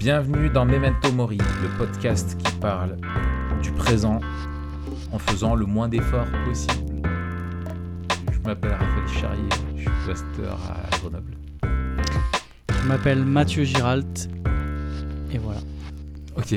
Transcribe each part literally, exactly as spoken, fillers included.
Bienvenue dans Memento Mori, le podcast qui parle du présent en faisant le moins d'efforts possible. Je m'appelle Raphaël Charrier, je suis pasteur à Grenoble. Je m'appelle Mathieu Giralt et voilà. Ok.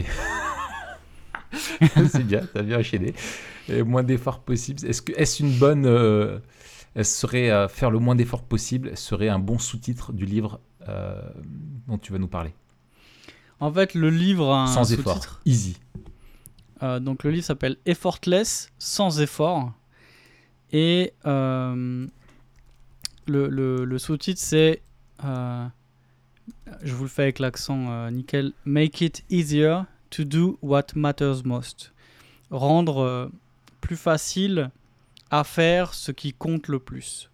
C'est bien, t'as bien enchaîné. Et moins d'efforts possible. Est-ce que est-ce une bonne, euh, elle serait euh, faire le moins d'efforts possible serait un bon sous-titre du livre euh, dont tu vas nous parler. En fait, le livre a un Sans sous-titre. effort, easy. Euh, donc le livre s'appelle Effortless, sans effort. Et euh, le, le, le sous-titre c'est, euh, je vous le fais avec l'accent euh, nickel, Make it easier to do what matters most. Rendre euh, plus facile à faire ce qui compte le plus.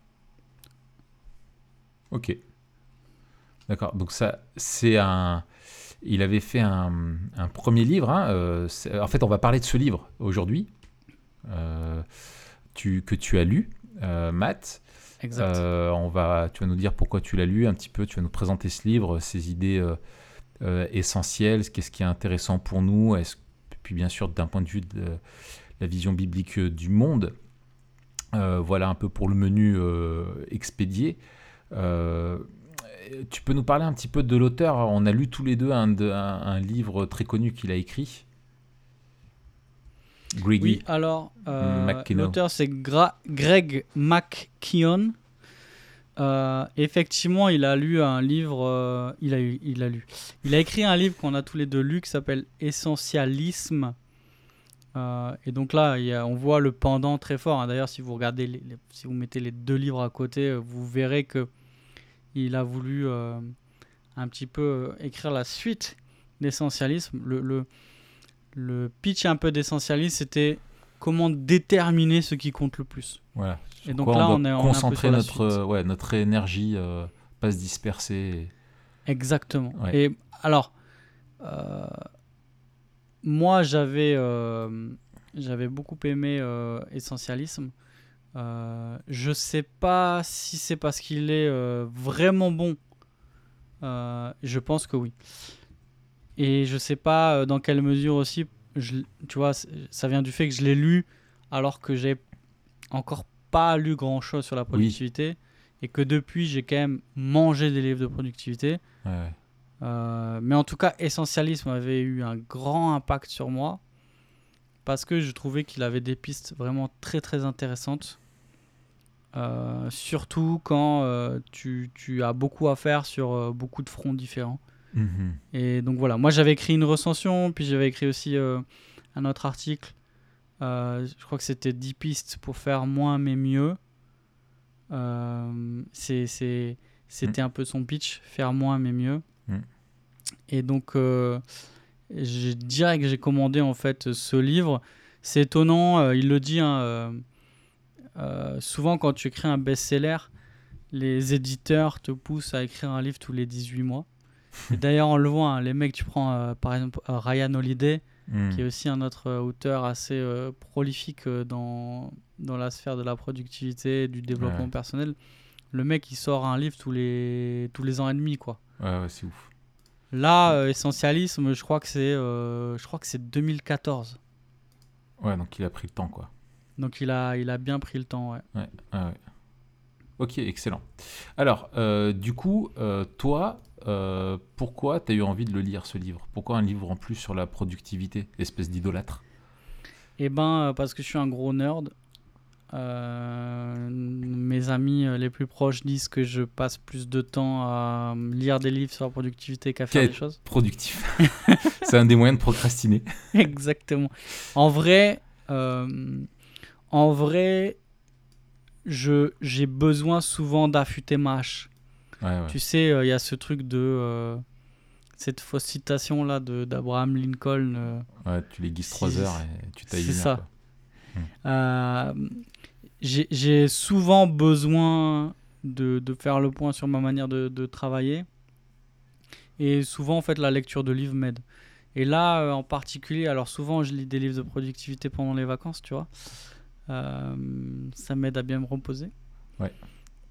Ok. D'accord. Donc ça, c'est un. Il avait fait un, un premier livre. Hein, euh, en fait, on va parler de ce livre aujourd'hui euh, tu, que tu as lu, euh, Matt. Exact. Euh, on va, tu vas nous dire pourquoi tu l'as lu un petit peu. Tu vas nous présenter ce livre, ses idées euh, euh, essentielles, qu'est-ce qui est intéressant pour nous, est-ce, puis bien sûr d'un point de vue de la vision biblique du monde. Euh, voilà un peu pour le menu euh, expédié. Euh, Tu peux nous parler un petit peu de l'auteur? On a lu tous les deux un, de, un, un livre très connu qu'il a écrit. Greg Oui, alors, euh, McKenna. l'auteur c'est Gra- Greg McKeown. Euh, effectivement, il a lu un livre, euh, il, a eu, il a lu, il a écrit un livre qu'on a tous les deux lu qui s'appelle Essentialisme. Euh, et donc là, il y a, on voit le pendant très fort. Hein. D'ailleurs, si vous regardez, les, les, si vous mettez les deux livres à côté, vous verrez que il a voulu euh, un petit peu euh, écrire la suite d'Essentialisme. Le, le, le pitch un peu d'Essentialisme, c'était comment déterminer ce qui compte le plus. Voilà. Et donc là, on, on est on concentrer est notre, ouais, notre énergie, euh, pas se disperser. Exactement. Ouais. Et alors, euh, moi, j'avais, euh, j'avais beaucoup aimé euh, Essentialisme. Euh, je sais pas si c'est parce qu'il est euh, vraiment bon. Euh, je pense que oui. Et je sais pas euh, dans quelle mesure aussi, je, tu vois, ça vient du fait que je l'ai lu alors que j'ai encore pas lu grand chose sur la productivité, oui. Et que depuis j'ai quand même mangé des livres de productivité. Ouais, ouais. Euh, mais en tout cas, Essentialisme avait eu un grand impact sur moi parce que je trouvais qu'il avait des pistes vraiment très très intéressantes. Euh, surtout quand euh, tu, tu as beaucoup à faire sur euh, beaucoup de fronts différents. Mm-hmm. Et donc voilà, moi j'avais écrit une recension, puis j'avais écrit aussi euh, un autre article. Euh, je crois que c'était dix pistes pour faire moins mais mieux. Euh, c'est, c'est, c'était mm. un peu son pitch, faire moins mais mieux. Mm. Et donc, euh, je dirais que j'ai commandé en fait ce livre. C'est étonnant, euh, il le dit. Hein, euh, euh, souvent, quand tu écris un best-seller, les éditeurs te poussent à écrire un livre tous les dix-huit mois. Et d'ailleurs, on le voit, hein, les mecs, tu prends euh, par exemple euh, Ryan Holiday, mm. qui est aussi un autre euh, auteur assez euh, prolifique euh, dans, dans la sphère de la productivité et du développement ouais. personnel. Le mec, il sort un livre tous les, tous les ans et demi, quoi. Ouais, ouais, c'est ouf. Là, euh, Essentialisme, je crois que c'est, euh, je crois que c'est deux mille quatorze. Ouais, donc il a pris le temps, quoi. Donc il a, il a bien pris le temps, ouais. Ouais, ouais, ouais. Ok, excellent. Alors, euh, du coup, euh, toi, euh, pourquoi tu as eu envie de le lire, ce livre? Pourquoi un livre en plus sur la productivité, espèce d'idolâtre? Eh ben, parce que je suis un gros nerd. Euh, mes amis les plus proches disent que je passe plus de temps à lire des livres sur la productivité qu'à faire Qu'à des choses. Productif. C'est un des moyens de procrastiner. Exactement. En vrai, euh, en vrai, je j'ai besoin souvent d'affûter ma hache. Ouais, ouais. Tu sais, il euh, y a ce truc de euh, cette fausse citation là de d'Abraham Lincoln. Euh, ouais, tu les guises trois heures et tu tailles une heure. C'est ça. Quoi. Euh, j'ai, j'ai souvent besoin de, de faire le point sur ma manière de, de travailler. Et souvent, en fait, la lecture de livres m'aide. Et là, euh, en particulier, alors souvent, je lis des livres de productivité pendant les vacances, tu vois. Euh, ça m'aide à bien me reposer. Ouais.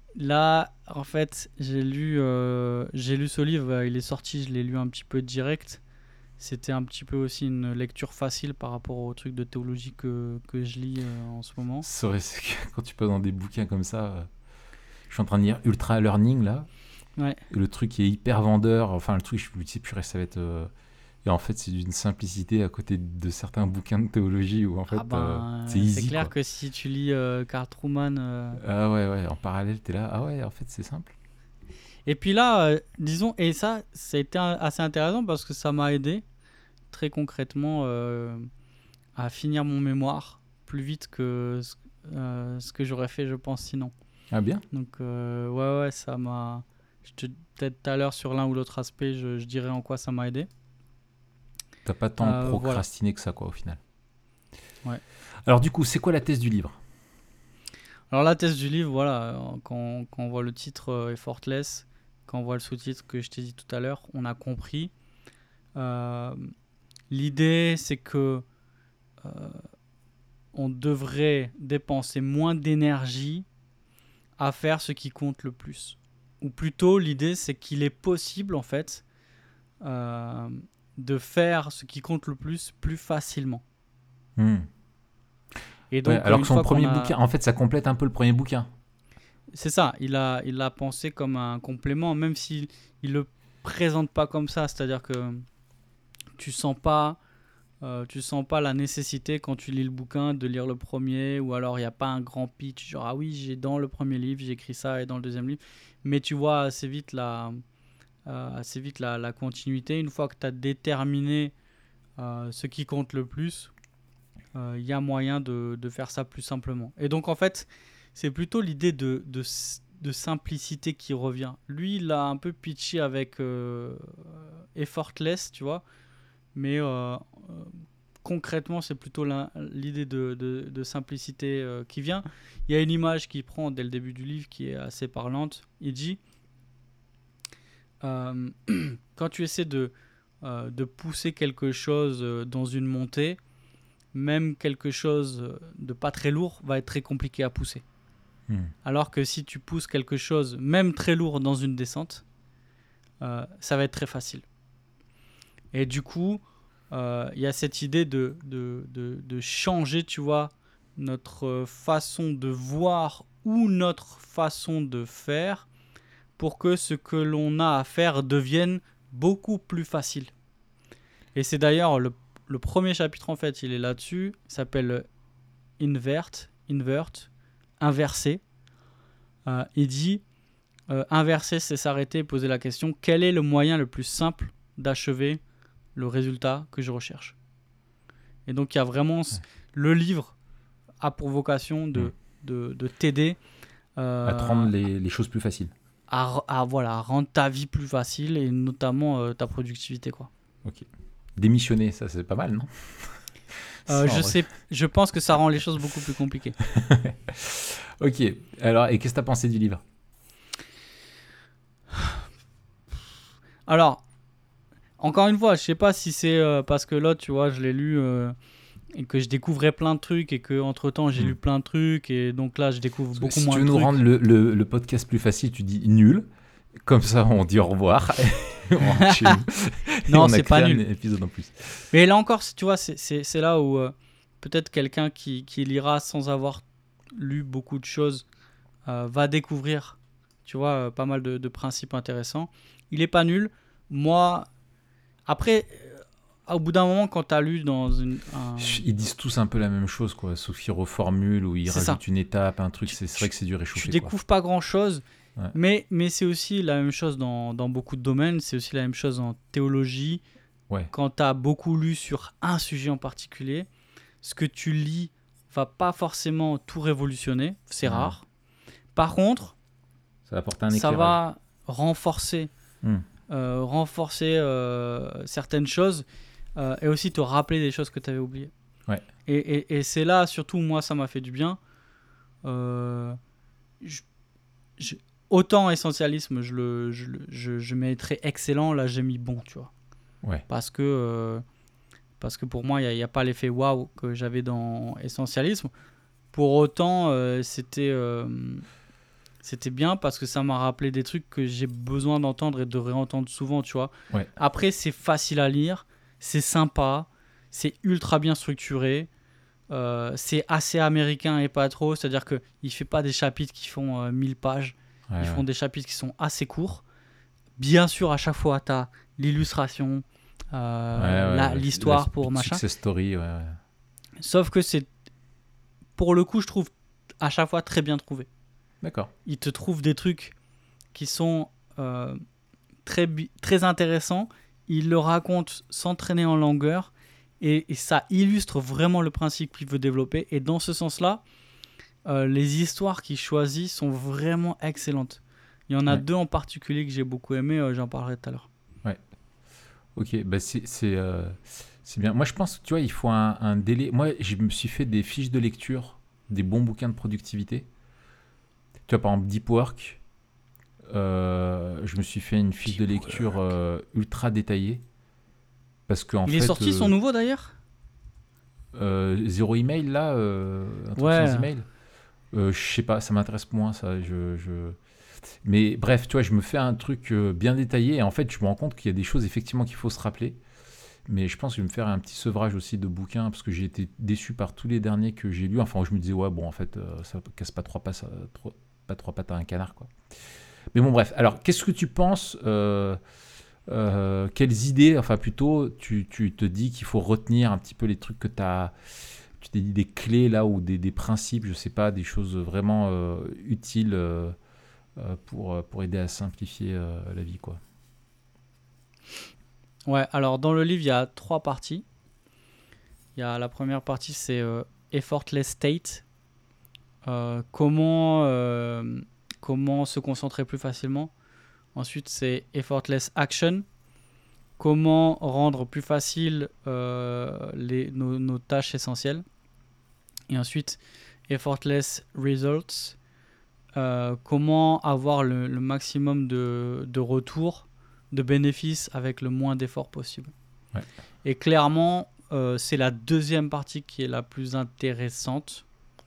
Là, en fait, j'ai lu, euh, j'ai lu ce livre, euh, il est sorti, je l'ai lu un petit peu direct. C'était un petit peu aussi une lecture facile par rapport aux trucs de théologie que, que je lis euh, en ce moment. C'est vrai, c'est que quand tu passes dans des bouquins comme ça, euh, je suis en train de lire Ultra Learning là, Ouais. et le truc est hyper vendeur, enfin le truc, je me dis, purée, ça va être... euh, Et en fait, c'est d'une simplicité à côté de certains bouquins de théologie où en fait, Ah euh, ben, c'est c'est easy clair quoi. que si tu lis euh, Carl Truman... euh, Ah ouais, ouais, en parallèle, t'es là, ah ouais, en fait, c'est simple. Et puis là, euh, disons, et ça, ça a été un- assez intéressant parce que ça m'a aidé très concrètement euh, à finir mon mémoire plus vite que ce, euh, ce que j'aurais fait, je pense, sinon. Ah bien. Donc, euh, ouais, ouais, ça m'a. Je te- Peut-être tout à l'heure sur l'un ou l'autre aspect, je, je dirais en quoi ça m'a aidé. T'as pas tant Euh, voilà. procrastiné que ça, quoi, au final. Ouais. Alors du coup, c'est quoi la thèse du livre? Alors, la thèse du livre, voilà, euh, quand, quand on voit le titre euh, Effortless, quand on voit le sous-titre que je t'ai dit tout à l'heure, on a compris. Euh, L'idée, c'est que euh, on devrait dépenser moins d'énergie à faire ce qui compte le plus. Ou plutôt, l'idée, c'est qu'il est possible, en fait, euh, de faire ce qui compte le plus plus facilement. Hmm. Et Ouais, donc, euh, alors une que son fois qu'on premier a... bouquin, en fait, ça complète un peu le premier bouquin. C'est ça, il a, il l'a pensé comme un complément, même s'il ne le présente pas comme ça. C'est-à-dire que tu sens pas... Euh, tu sens pas la nécessité quand tu lis le bouquin de lire le premier, ou alors il n'y a pas un grand pitch genre ah oui j'ai dans le premier livre j'ai écrit ça et dans le deuxième livre, mais tu vois assez vite la, euh, assez vite la, la continuité. Une fois que tu as déterminé euh, ce qui compte le plus, il euh, y a moyen de, de faire ça plus simplement. Et donc en fait c'est plutôt l'idée de, de, de simplicité qui revient. Lui il a un peu pitché avec euh, Effortless, tu vois, mais euh, euh, concrètement, c'est plutôt la, l'idée de, de, de simplicité euh, qui vient. Il y a une image qui prend dès le début du livre qui est assez parlante. Il dit euh, quand tu essaies de, euh, de pousser quelque chose euh, dans une montée, même quelque chose de pas très lourd va être très compliqué à pousser. Hmm. Alors que si tu pousses quelque chose, même très lourd, dans une descente, euh, ça va être très facile. Et du coup, il euh, y a cette idée de, de, de, de changer, tu vois, notre façon de voir ou notre façon de faire pour que ce que l'on a à faire devienne beaucoup plus facile. Et c'est d'ailleurs le, le premier chapitre, en fait, il est là-dessus. Il s'appelle Invert, Invert, inverser. Euh, il dit euh, inverser, c'est s'arrêter et poser la question quel est le moyen le plus simple d'achever le résultat que je recherche. Et donc il y a vraiment Ouais. le livre a pour vocation de, Hmm. de, de t'aider À te rendre euh, les, les choses plus faciles. à, à, voilà, à rendre ta vie plus facile et notamment euh, ta productivité, quoi. Ok. Démissionner, ça c'est pas mal, non? Euh, Ça, en je vrai. sais, je pense que ça rend les choses beaucoup plus compliquées. Ok. Alors, et qu'est-ce que t'as pensé du livre? Alors, encore une fois, je sais pas si c'est euh, parce que là, tu vois, je l'ai lu euh, et que je découvrais plein de trucs et que entre temps j'ai Hmm. lu plein de trucs et donc là je découvre Parce que beaucoup si moins tu de veux nous trucs. rendre le, le, le podcast plus facile, tu dis nul. Comme ça, on dit au revoir. on rentre chez nous. Et Non, on a c'est pas créé un nul. épisode en plus. Mais là encore, tu vois, c'est, c'est, c'est là où euh, peut-être quelqu'un qui, qui lira sans avoir lu beaucoup de choses euh, va découvrir, tu vois, euh, pas mal de, de principes intéressants. Il est pas nul. Moi, après, euh, au bout d'un moment, quand tu as lu dans une... un- Ils disent tous un peu la même chose, quoi. Sauf qu'ils reformulent ou ils C'est ça. rajoutent une étape, un truc. Tu, C'est c'est tu, vrai que c'est dur à tu échauffer, quoi. découvres pas grand-chose, Ouais. mais, mais c'est aussi la même chose dans, dans beaucoup de domaines. C'est aussi la même chose en théologie. Ouais. Quand tu as beaucoup lu sur un sujet en particulier, ce que tu lis va pas forcément tout révolutionner, c'est Ouais. rare. Par contre, Ça va apporter un ça éclairage. va renforcer, Hmm. euh, renforcer euh, certaines choses euh, et aussi te rappeler des choses que tu avais oubliées. Ouais. Et, et, et c'est là, surtout, moi, ça m'a fait du bien. Euh, je, je, autant essentialisme, je, le, je, je, je mettrais excellent, là j'ai mis bon, tu vois. Ouais. Parce que, euh, parce que pour moi, il n'y a, a pas l'effet waouh que j'avais dans essentialisme. Pour autant, euh, c'était, euh, C'était bien parce que ça m'a rappelé des trucs que j'ai besoin d'entendre et de réentendre souvent, tu vois. Ouais. Après, c'est facile à lire, c'est sympa, c'est ultra bien structuré, euh, c'est assez américain et pas trop, c'est-à-dire qu'il ne fait pas des chapitres qui font euh, mille pages, Ouais, ils ouais. font des chapitres qui sont assez courts. Bien sûr, à chaque fois, tu as l'illustration, euh, Ouais, ouais, la- ouais. l'histoire La pour machin. Success story, ouais, ouais. Sauf que c'est, pour le coup, je trouve à chaque fois très bien trouvé. D'accord. Il te trouve des trucs qui sont euh, très, bi- très intéressants. Il le raconte sans traîner en longueur et, et ça illustre vraiment le principe qu'il veut développer. Et dans ce sens-là, euh, les histoires qu'il choisit sont vraiment excellentes. Il y en a Ouais. deux en particulier que j'ai beaucoup aimé, euh, j'en parlerai tout à l'heure. Ok, bah c'est c'est euh, c'est bien. Moi, je pense que tu vois, il faut un, un délai. Moi, je me suis fait des fiches de lecture, des bons bouquins de productivité. Tu vois, par exemple, Deep Work, euh, je me suis fait une fiche Deep de lecture euh, ultra détaillée. Parce qu'en Il fait, est sorti son euh, nouveau d'ailleurs euh, zéro email, là, euh, un truc Ouais. sans email, euh, je sais pas, ça m'intéresse moins, ça. Je, je... Mais bref, tu vois, je me fais un truc euh, bien détaillé et en fait, je me rends compte qu'il y a des choses effectivement qu'il faut se rappeler. Mais je pense que je vais me faire un petit sevrage aussi de bouquins parce que j'ai été déçu par tous les derniers que j'ai lus. Enfin, je me disais, ouais, bon, en fait, euh, ça casse pas trois, pattes, euh, trois, pas trois pattes à un canard, quoi. Mais bon, bref. Alors, qu'est-ce que tu penses euh, euh, quelles idées, enfin plutôt, tu, tu te dis qu'il faut retenir un petit peu les trucs que tu as. Tu t'es dit des clés là ou des, des principes, je sais pas, des choses vraiment euh, utiles euh, euh, pour, pour aider à simplifier euh, la vie, quoi. Ouais, alors dans le livre, il y a trois parties. Il y a la première partie, c'est euh, Effortless State. Euh, comment, euh, comment se concentrer plus facilement. Ensuite, c'est Effortless Action. Comment rendre plus facile euh, les, nos, nos tâches essentielles. Et ensuite, Effortless Results. Euh, comment avoir le, le maximum de, de retours, de bénéfices avec le moins d'efforts possible. Ouais. Et clairement, euh, c'est la deuxième partie qui est la plus intéressante.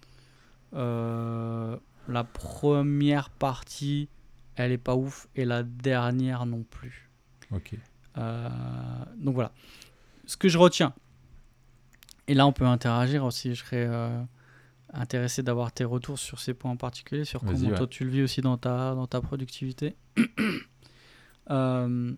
Euh, la première partie, elle est pas ouf, et la dernière non plus. Ok. Euh, donc voilà. Ce que je retiens, et là on peut interagir aussi, je serais euh, intéressé d'avoir tes retours sur ces points en particulier, sur Vas-y, comment ouais. toi tu le vis aussi dans ta, dans ta productivité. euh,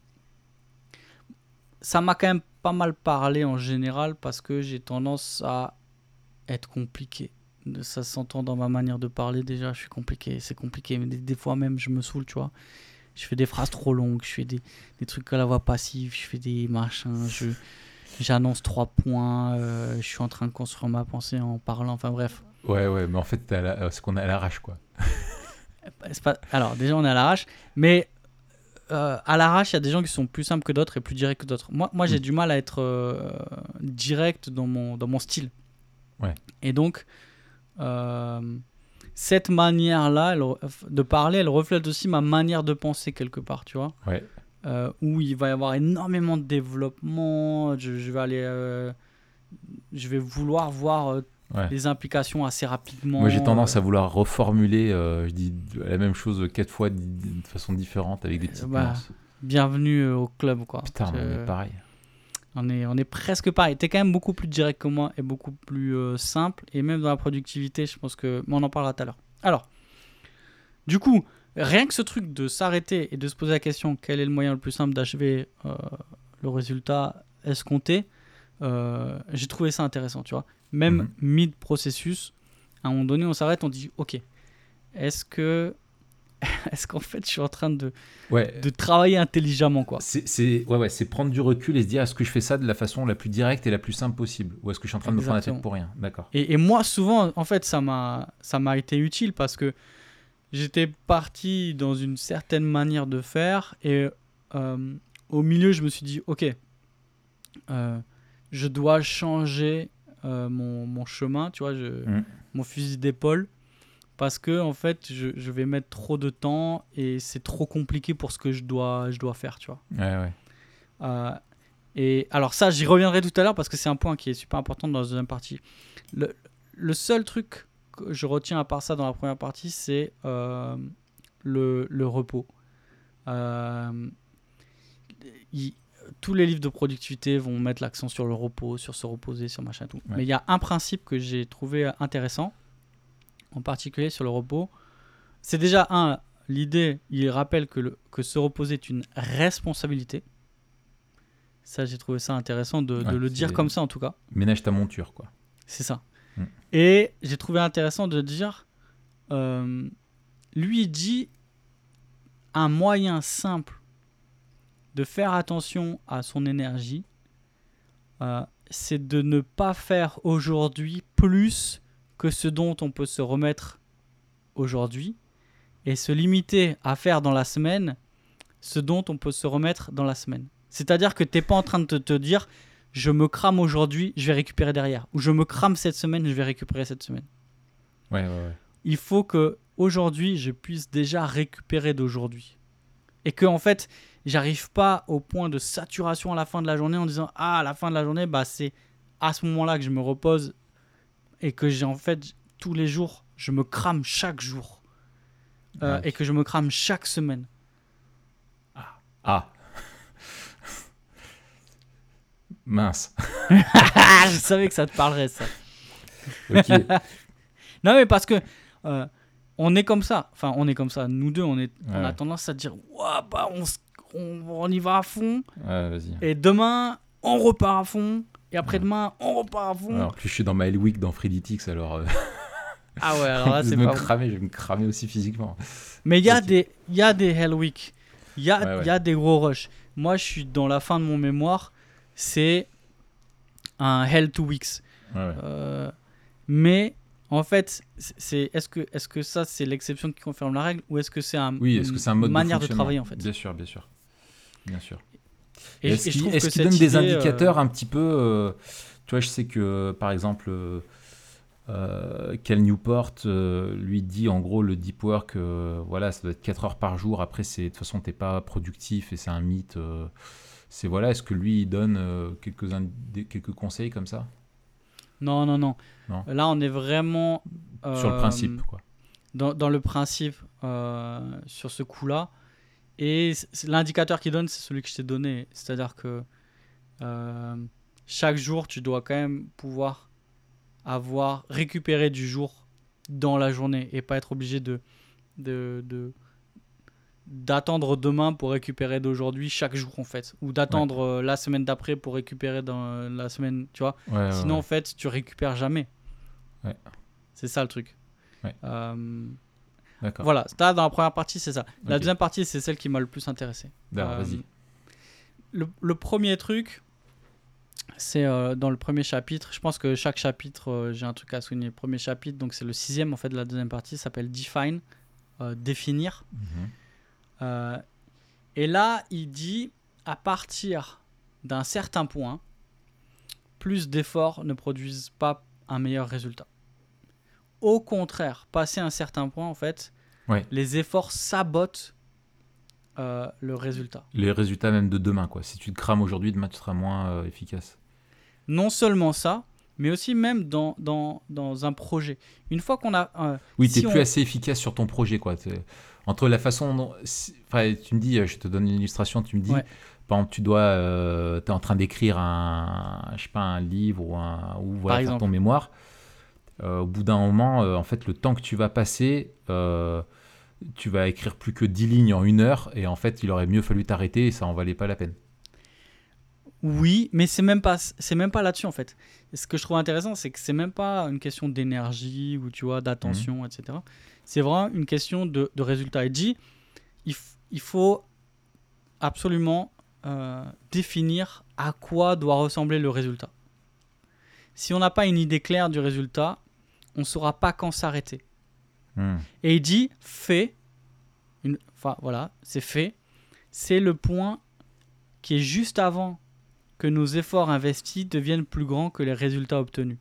ça m'a quand même pas mal parlé en général parce que j'ai tendance à être compliqué. Ça s'entend dans ma manière de parler déjà, je suis compliqué, c'est compliqué, mais des, des fois même je me saoule, tu vois. Je fais des phrases trop longues, je fais des, des trucs à la voix passive, je fais des machins, je, j'annonce trois points, euh, je suis en train de construire ma pensée en parlant, enfin bref. Ouais, ouais, mais en fait, t'es à la- c'est qu'on est à l'arrache, quoi. C'est pas... Alors déjà on est à l'arrache, mais euh, à l'arrache il y a des gens qui sont plus simples que d'autres et plus directs que d'autres. Moi, moi j'ai Mm. du mal à être euh, direct dans mon, dans mon style. Ouais. Et donc... Euh, cette manière-là elle, de parler, elle reflète aussi ma manière de penser quelque part, tu vois. Ouais. Euh, où il va y avoir énormément de développement. Je, je vais aller, euh, je vais vouloir voir euh, Ouais. les implications assez rapidement. Moi, j'ai tendance euh, à vouloir reformuler, euh, je dis la même chose quatre fois de de façon différente avec des petites bah, nuances. bienvenue au club, quoi. Putain, Je- on est pareil. on est, on est presque pareil. T'es quand même beaucoup plus direct que moi et beaucoup plus euh, simple. Et même dans la productivité, je pense que... Mais on en parlera tout à l'heure. Alors, du coup, rien que ce truc de s'arrêter et de se poser la question quel est le moyen le plus simple d'achever euh, le résultat escompté, euh, j'ai trouvé ça intéressant, tu vois. Même Mhm. mid-processus, à un moment donné, on s'arrête, on dit ok, est-ce que... est-ce qu'en fait, je suis en train de, Ouais. de travailler intelligemment, quoi. C'est, c'est, ouais, ouais, c'est prendre du recul et se dire est-ce que je fais ça de la façon la plus directe et la plus simple possible ou est-ce que je suis en train de me prendre la Exactement. tête pour rien. D'accord. Et, et moi, souvent, en fait, ça m'a, ça m'a été utile parce que j'étais parti dans une certaine manière de faire et euh, au milieu, je me suis dit, ok, euh, je dois changer euh, mon, mon chemin, tu vois, je, Mm. mon fusil d'épaule parce que en fait, je, je vais mettre trop de temps et c'est trop compliqué pour ce que je dois, je dois faire, tu vois. Ouais, ouais. Euh, et alors ça, j'y reviendrai tout à l'heure parce que c'est un point qui est super important dans la deuxième partie. Le, le seul truc que je retiens à part ça dans la première partie, c'est euh, le, le repos. Euh, il, tous les livres de productivité vont mettre l'accent sur le repos, sur se reposer, sur machin tout. Ouais. Mais il y a un principe que j'ai trouvé intéressant, en particulier sur le repos. C'est déjà un, l'idée, il rappelle que, le, que se reposer est une responsabilité. Ça, j'ai trouvé ça intéressant de, Ouais, de le c'est- dire comme ça en tout cas. Ménage ta monture, quoi. C'est ça. Mm. Et j'ai trouvé intéressant de dire, euh, lui il dit un moyen simple de faire attention à son énergie, euh, c'est de ne pas faire aujourd'hui plus que ce dont on peut se remettre aujourd'hui et se limiter à faire dans la semaine ce dont on peut se remettre dans la semaine. C'est-à-dire que tu n'es pas en train de te, te dire je me crame aujourd'hui, je vais récupérer derrière, ou je me crame cette semaine, je vais récupérer cette semaine. Ouais, ouais, ouais. Il faut que aujourd'hui je puisse déjà récupérer d'aujourd'hui. Et que en fait, j'arrive pas au point de saturation à la fin de la journée en disant ah, à la fin de la journée, bah c'est à ce moment-là que je me repose et que j'ai en fait tous les jours, je me crame chaque jour. Euh, Ouais. et que je me crame chaque semaine. Ah. Mince. Ah, je savais que ça te parlerait ça. Ok. Non mais parce que euh, on est comme ça. Enfin, on est comme ça. Nous deux, on, est, on Ouais, a ouais. tendance à dire ouah, bah, on, s- on, on y va à fond. Ouais, vas-y. Et demain, on repart à fond. Et après-demain, on repart à fond. Alors, en plus, je suis dans ma Hell Week dans Freeletics, alors. euh, Ah ouais, alors en là, plus c'est de me pas bon. cramer, je vais me cramer aussi physiquement. Mais il y a Ok. des, il y a des Hell Week. Il y a, Ouais, ouais. il y a des gros rushs. Moi, je suis dans la fin de mon mémoire. C'est un Hell two Weeks. Ouais, ouais. Euh, mais en fait, c'est, est-ce que, est-ce que ça, c'est l'exception qui confirme la règle ou est-ce que c'est un, Oui, est-ce que c'est un mode une manière de, fonctionnement travailler en fait? Bien sûr, bien sûr. Bien sûr. Et, est-ce et je qu'il, trouve est-ce que qu'il cette donne des idée, euh, indicateurs un petit peu euh, tu vois, je sais que par exemple euh, euh, Cal Newport euh, lui dit en gros le deep work, euh, voilà, ça doit être quatre heures par jour. Après, c'est, de toute façon, t'es pas productif et c'est un mythe. euh, c'est voilà, est-ce que lui il donne euh, quelques, ind- des- quelques conseils comme ça Non, non, non, Non. Là, on est vraiment sur le euh, principe, quoi. dans, dans le principe euh, sur ce coup-là. Et c'est- l'indicateur qu'il donne, c'est celui que je t'ai donné. C'est-à-dire que euh, chaque jour, tu dois quand même pouvoir avoir récupéré du jour dans la journée et pas être obligé de, de, de- d'attendre demain pour récupérer d'aujourd'hui chaque jour en fait, ou d'attendre euh, la semaine d'après pour récupérer dans euh, la semaine, tu vois. Ouais, ouais, Sinon ouais. en fait, tu récupères jamais. Ouais. C'est ça le truc. Ouais. Euh, D'accord. voilà, ça, dans la première partie, c'est ça. La Ok. deuxième partie, c'est celle qui m'a le plus intéressé. D'accord, Euh, vas-y. Le, le premier truc, c'est euh, dans le premier chapitre. Je pense que chaque chapitre, euh, j'ai un truc à souligner. Le premier chapitre, donc c'est le sixième en fait de la deuxième partie, s'appelle Define, euh, définir. Mhm. Euh, et là, il dit à partir d'un certain point, plus d'efforts ne produisent pas un meilleur résultat. Au contraire, passé un certain point, en fait, Ouais. les efforts sabotent euh, le résultat. Les résultats même de demain, quoi. Si tu te crames aujourd'hui, demain tu seras moins euh, efficace. Non seulement ça, mais aussi même dans, dans, dans un projet. Une fois qu'on a... euh, Oui, si tu n'es plus on- assez efficace sur ton projet, quoi. T'es- Entre la façon dont... si- Enfin, tu me dis, euh, je te donne une illustration, tu me dis, Ouais. par exemple, tu dois... Euh, tu es en train d'écrire un, je sais pas, un livre ou, un, ou voilà, faire exemple. ton mémoire. Euh, au bout d'un moment, euh, en fait, le temps que tu vas passer, euh, tu vas écrire plus que dix lignes en une heure, et en fait, il aurait mieux fallu t'arrêter, et ça en valait pas la peine. Oui, mais c'est même pas c'est même pas là-dessus en fait. Et ce que je trouve intéressant, c'est que c'est même pas une question d'énergie ou tu vois d'attention, et cetera. C'est vraiment une question de, de résultat. Il dit, il, f- il faut absolument euh, définir à quoi doit ressembler le résultat. Si on n'a pas une idée claire du résultat, on ne saura pas quand s'arrêter. Hmm. Et il dit, fait, une, enfin voilà, c'est fait, c'est le point qui est juste avant que nos efforts investis deviennent plus grands que les résultats obtenus.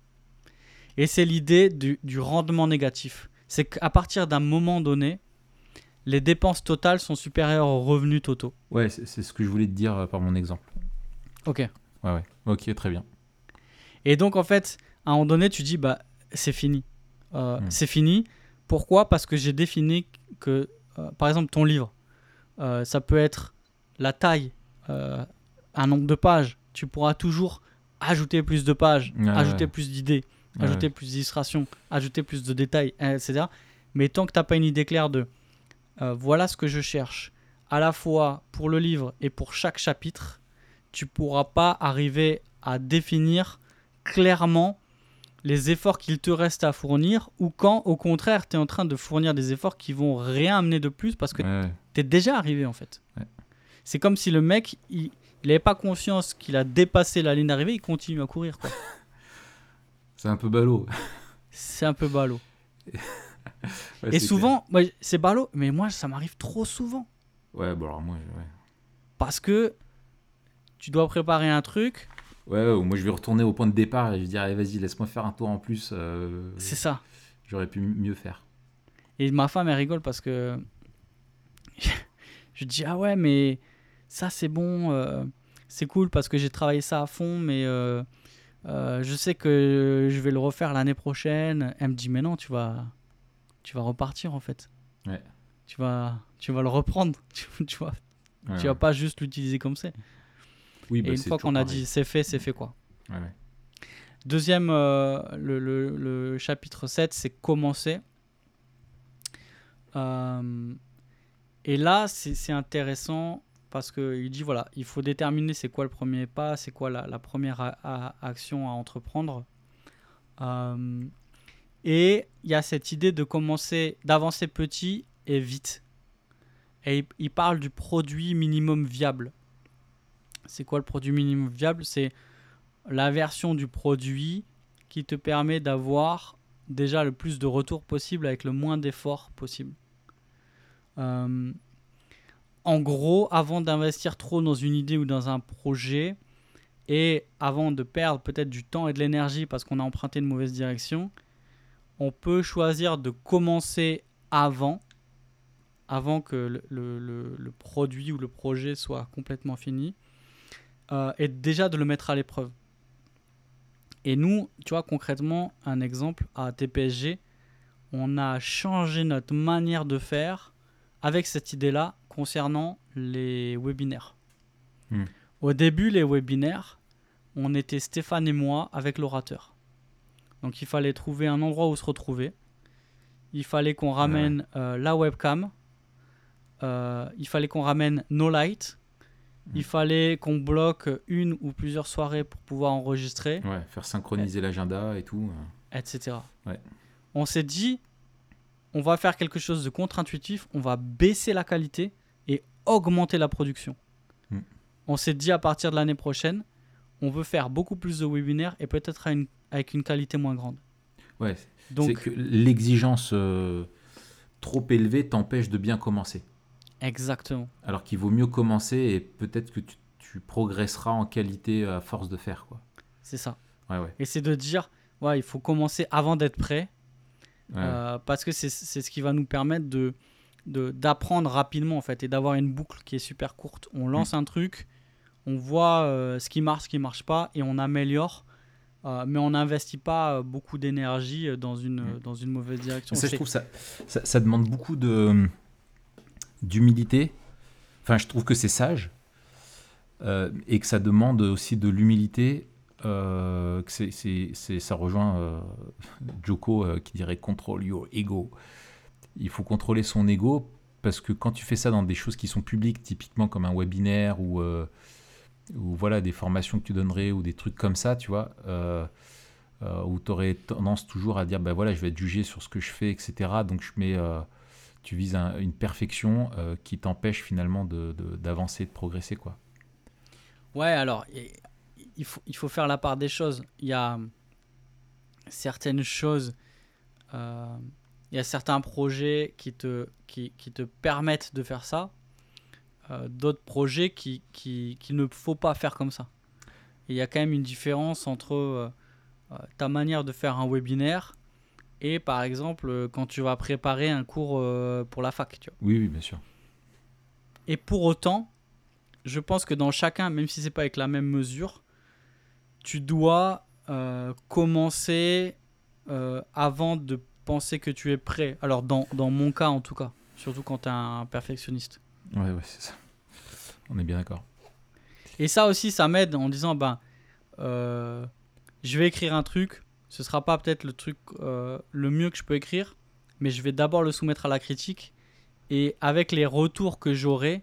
Et c'est l'idée du, du rendement négatif. C'est qu'à partir d'un moment donné, les dépenses totales sont supérieures aux revenus totaux. Ouais, c'est, c'est ce que je voulais te dire euh, par mon exemple. Ok. Ouais, ouais. Ok, très bien. Et donc en fait, à un moment donné, tu dis, bah, c'est fini. Euh, Mm. C'est fini. Pourquoi ? Parce que j'ai défini que euh, par exemple, ton livre, euh, ça peut être la taille, euh, un nombre de pages. Tu pourras toujours ajouter plus de pages, Ouais, ajouter ouais. plus d'idées, Ouais, ajouter ouais. plus d'illustrations, ajouter plus de détails, et cetera. Mais tant que tu n'as pas une idée claire de euh, voilà ce que je cherche, à la fois pour le livre et pour chaque chapitre, tu pourras pas arriver à définir clairement les efforts qu'il te reste à fournir, ou quand au contraire tu es en train de fournir des efforts qui vont rien amener de plus parce que Ouais, ouais. tu es déjà arrivé en fait. Ouais. C'est comme si le mec, il n'avait pas conscience qu'il a dépassé la ligne d'arrivée, il continue à courir, quoi. C'est un peu ballot. C'est un peu ballot. Ouais, Et c'est souvent, moi, c'est ballot, mais moi ça m'arrive trop souvent. clair. Ouais, bon, alors moi, je- ouais. Parce que tu dois préparer un truc, Ouais, ouais, ou moi je vais retourner au point de départ et je vais dire, allez, vas-y, laisse-moi faire un tour en plus. euh, c'est ça. J'aurais pu mieux faire. Et ma femme, elle rigole parce que je dis, ah ouais, mais ça c'est bon, euh, c'est cool parce que j'ai travaillé ça à fond, mais euh, euh, je sais que je vais le refaire l'année prochaine. Elle me dit, mais non, tu vas, tu vas repartir en fait. Ouais. Tu vas, tu vas le reprendre. Tu, tu vois, Ouais, tu vas ouais. pas juste l'utiliser comme c'est. Oui, Et bah, une c'est fois toujours qu'on a pareil. dit c'est fait, c'est fait quoi. Ouais, ouais. Deuxième, euh, le, le- le chapitre sept, c'est commencer. Euh, et là, c'est c'est intéressant parce qu'il dit voilà, il faut déterminer c'est quoi le premier pas, c'est quoi la, la première a- a- action à entreprendre. Euh, et il y a cette idée de commencer, d'avancer petit et vite. Et il, il parle du produit minimum viable. C'est quoi le produit minimum viable? C'est la version du produit qui te permet d'avoir déjà le plus de retours possible avec le moins d'efforts possible. Euh, en gros, avant d'investir trop dans une idée ou dans un projet, et avant de perdre peut-être du temps et de l'énergie parce qu'on a emprunté une mauvaise direction, on peut choisir de commencer avant, avant que le, le- le- le produit ou le projet soit complètement fini, euh, et déjà de le mettre à l'épreuve. Et nous, tu vois, concrètement, un exemple, à T P S G, on a changé notre manière de faire avec cette idée-là concernant les webinaires. Hmm. Au début, les webinaires, on était Stéphane et moi avec l'orateur. Donc il fallait trouver un endroit où se retrouver. Il fallait qu'on ramène ouais. euh, la webcam. Euh, il fallait qu'on ramène nos lights. Il fallait qu'on bloque une ou plusieurs soirées pour pouvoir enregistrer, Ouais, faire synchroniser l'agenda et tout. et cetera. Ouais. On s'est dit, on va faire quelque chose de contre-intuitif, on va baisser la qualité et augmenter la production. Mm. On s'est dit à partir de l'année prochaine, on veut faire beaucoup plus de webinaires et peut-être à une- avec une qualité moins grande. Ouais, Donc, c'est que l'exigence euh, trop élevée t'empêche de bien commencer. exactement. Alors qu'il vaut mieux commencer et peut-être que tu, tu progresseras en qualité à force de faire, quoi. C'est ça. Ouais, ouais. Et c'est de dire, ouais, il faut commencer avant d'être prêt, Ouais, euh, parce que c'est, c'est ce qui va nous permettre de, de, d'apprendre rapidement en fait, et d'avoir une boucle qui est super courte. On lance Mm. un truc, on voit euh, ce qui marche, ce qui marche pas, et on améliore, euh, mais on n'investit pas euh, beaucoup d'énergie euh, dans une, Mm. dans une mauvaise direction. Ça, je C'est- trouve ça, ça, ça demande beaucoup de, d'humilité. Enfin, je trouve que c'est sage euh, et que ça demande aussi de l'humilité. Euh, que c'est, c'est, c'est- ça rejoint euh, Joko euh, qui dirait control your ego. Il faut contrôler son ego parce que quand tu fais ça dans des choses qui sont publiques, typiquement comme un webinaire ou, euh, ou voilà, des formations que tu donnerais ou des trucs comme ça, tu vois, euh, euh, où tu aurais tendance toujours à dire ben voilà, je vais être jugé sur ce que je fais, et cetera. Donc je mets, euh, tu vises un- une perfection euh, qui t'empêche finalement de, de- d'avancer, de progresser, quoi. Ouais, alors, et- il faut, il faut faire la part des choses. Il y a certaines choses, euh, il y a certains projets qui te, qui, qui te permettent de faire ça, euh, d'autres projets qui, qui, qu'il ne faut pas faire comme ça. Et il y a quand même une différence entre euh, euh, ta manière de faire un webinaire et par exemple euh, quand tu vas préparer un cours euh, pour la fac. Tu vois. Oui, oui, bien sûr. Et pour autant, je pense que dans chacun, même si c'est pas avec la même mesure, tu dois euh, commencer euh, avant de penser que tu es prêt. Alors dans, dans mon cas en tout cas. surtout quand tu es un perfectionniste. Ouais, ouais, c'est ça. On est bien d'accord. Et ça aussi, ça m'aide en disant, ben, euh, je vais écrire un truc, ce sera pas peut-être le truc euh, le mieux que je peux écrire, mais je vais d'abord le soumettre à la critique, et avec les retours que j'aurai,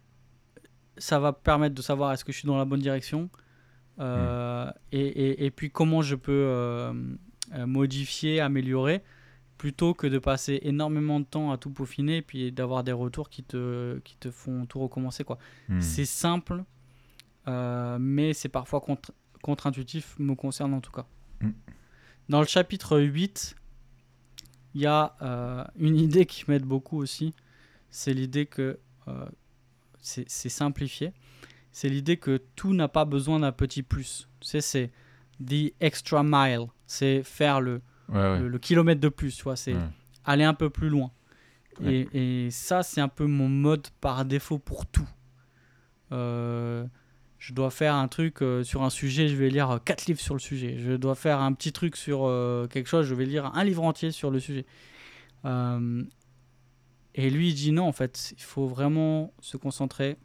ça va permettre de savoir est-ce que je suis dans la bonne direction, euh, mmh. et, et, et puis comment je peux euh, modifier, améliorer, plutôt que de passer énormément de temps à tout peaufiner et puis d'avoir des retours qui te, qui te font tout recommencer, quoi. Mmh. C'est simple, euh, mais c'est parfois contre, contre-intuitif, me concerne en tout cas. Mmh. Dans le chapitre huit, il y a euh, une idée qui m'aide beaucoup aussi. C'est l'idée que euh, c'est, c'est simplifié. C'est l'idée que tout n'a pas besoin d'un petit plus. Tu sais, c'est the extra mile. C'est faire le, ouais, ouais. le, le kilomètre de plus. Tu vois, c'est ouais. aller un peu plus loin. Ouais. Et, et ça, c'est un peu mon mode par défaut pour tout. Euh, je dois faire un truc euh, sur un sujet, je vais lire quatre livres sur le sujet. Je dois faire un petit truc sur euh, quelque chose, je vais lire un livre entier sur le sujet. Euh, et lui, il dit non, en fait, il faut vraiment se concentrer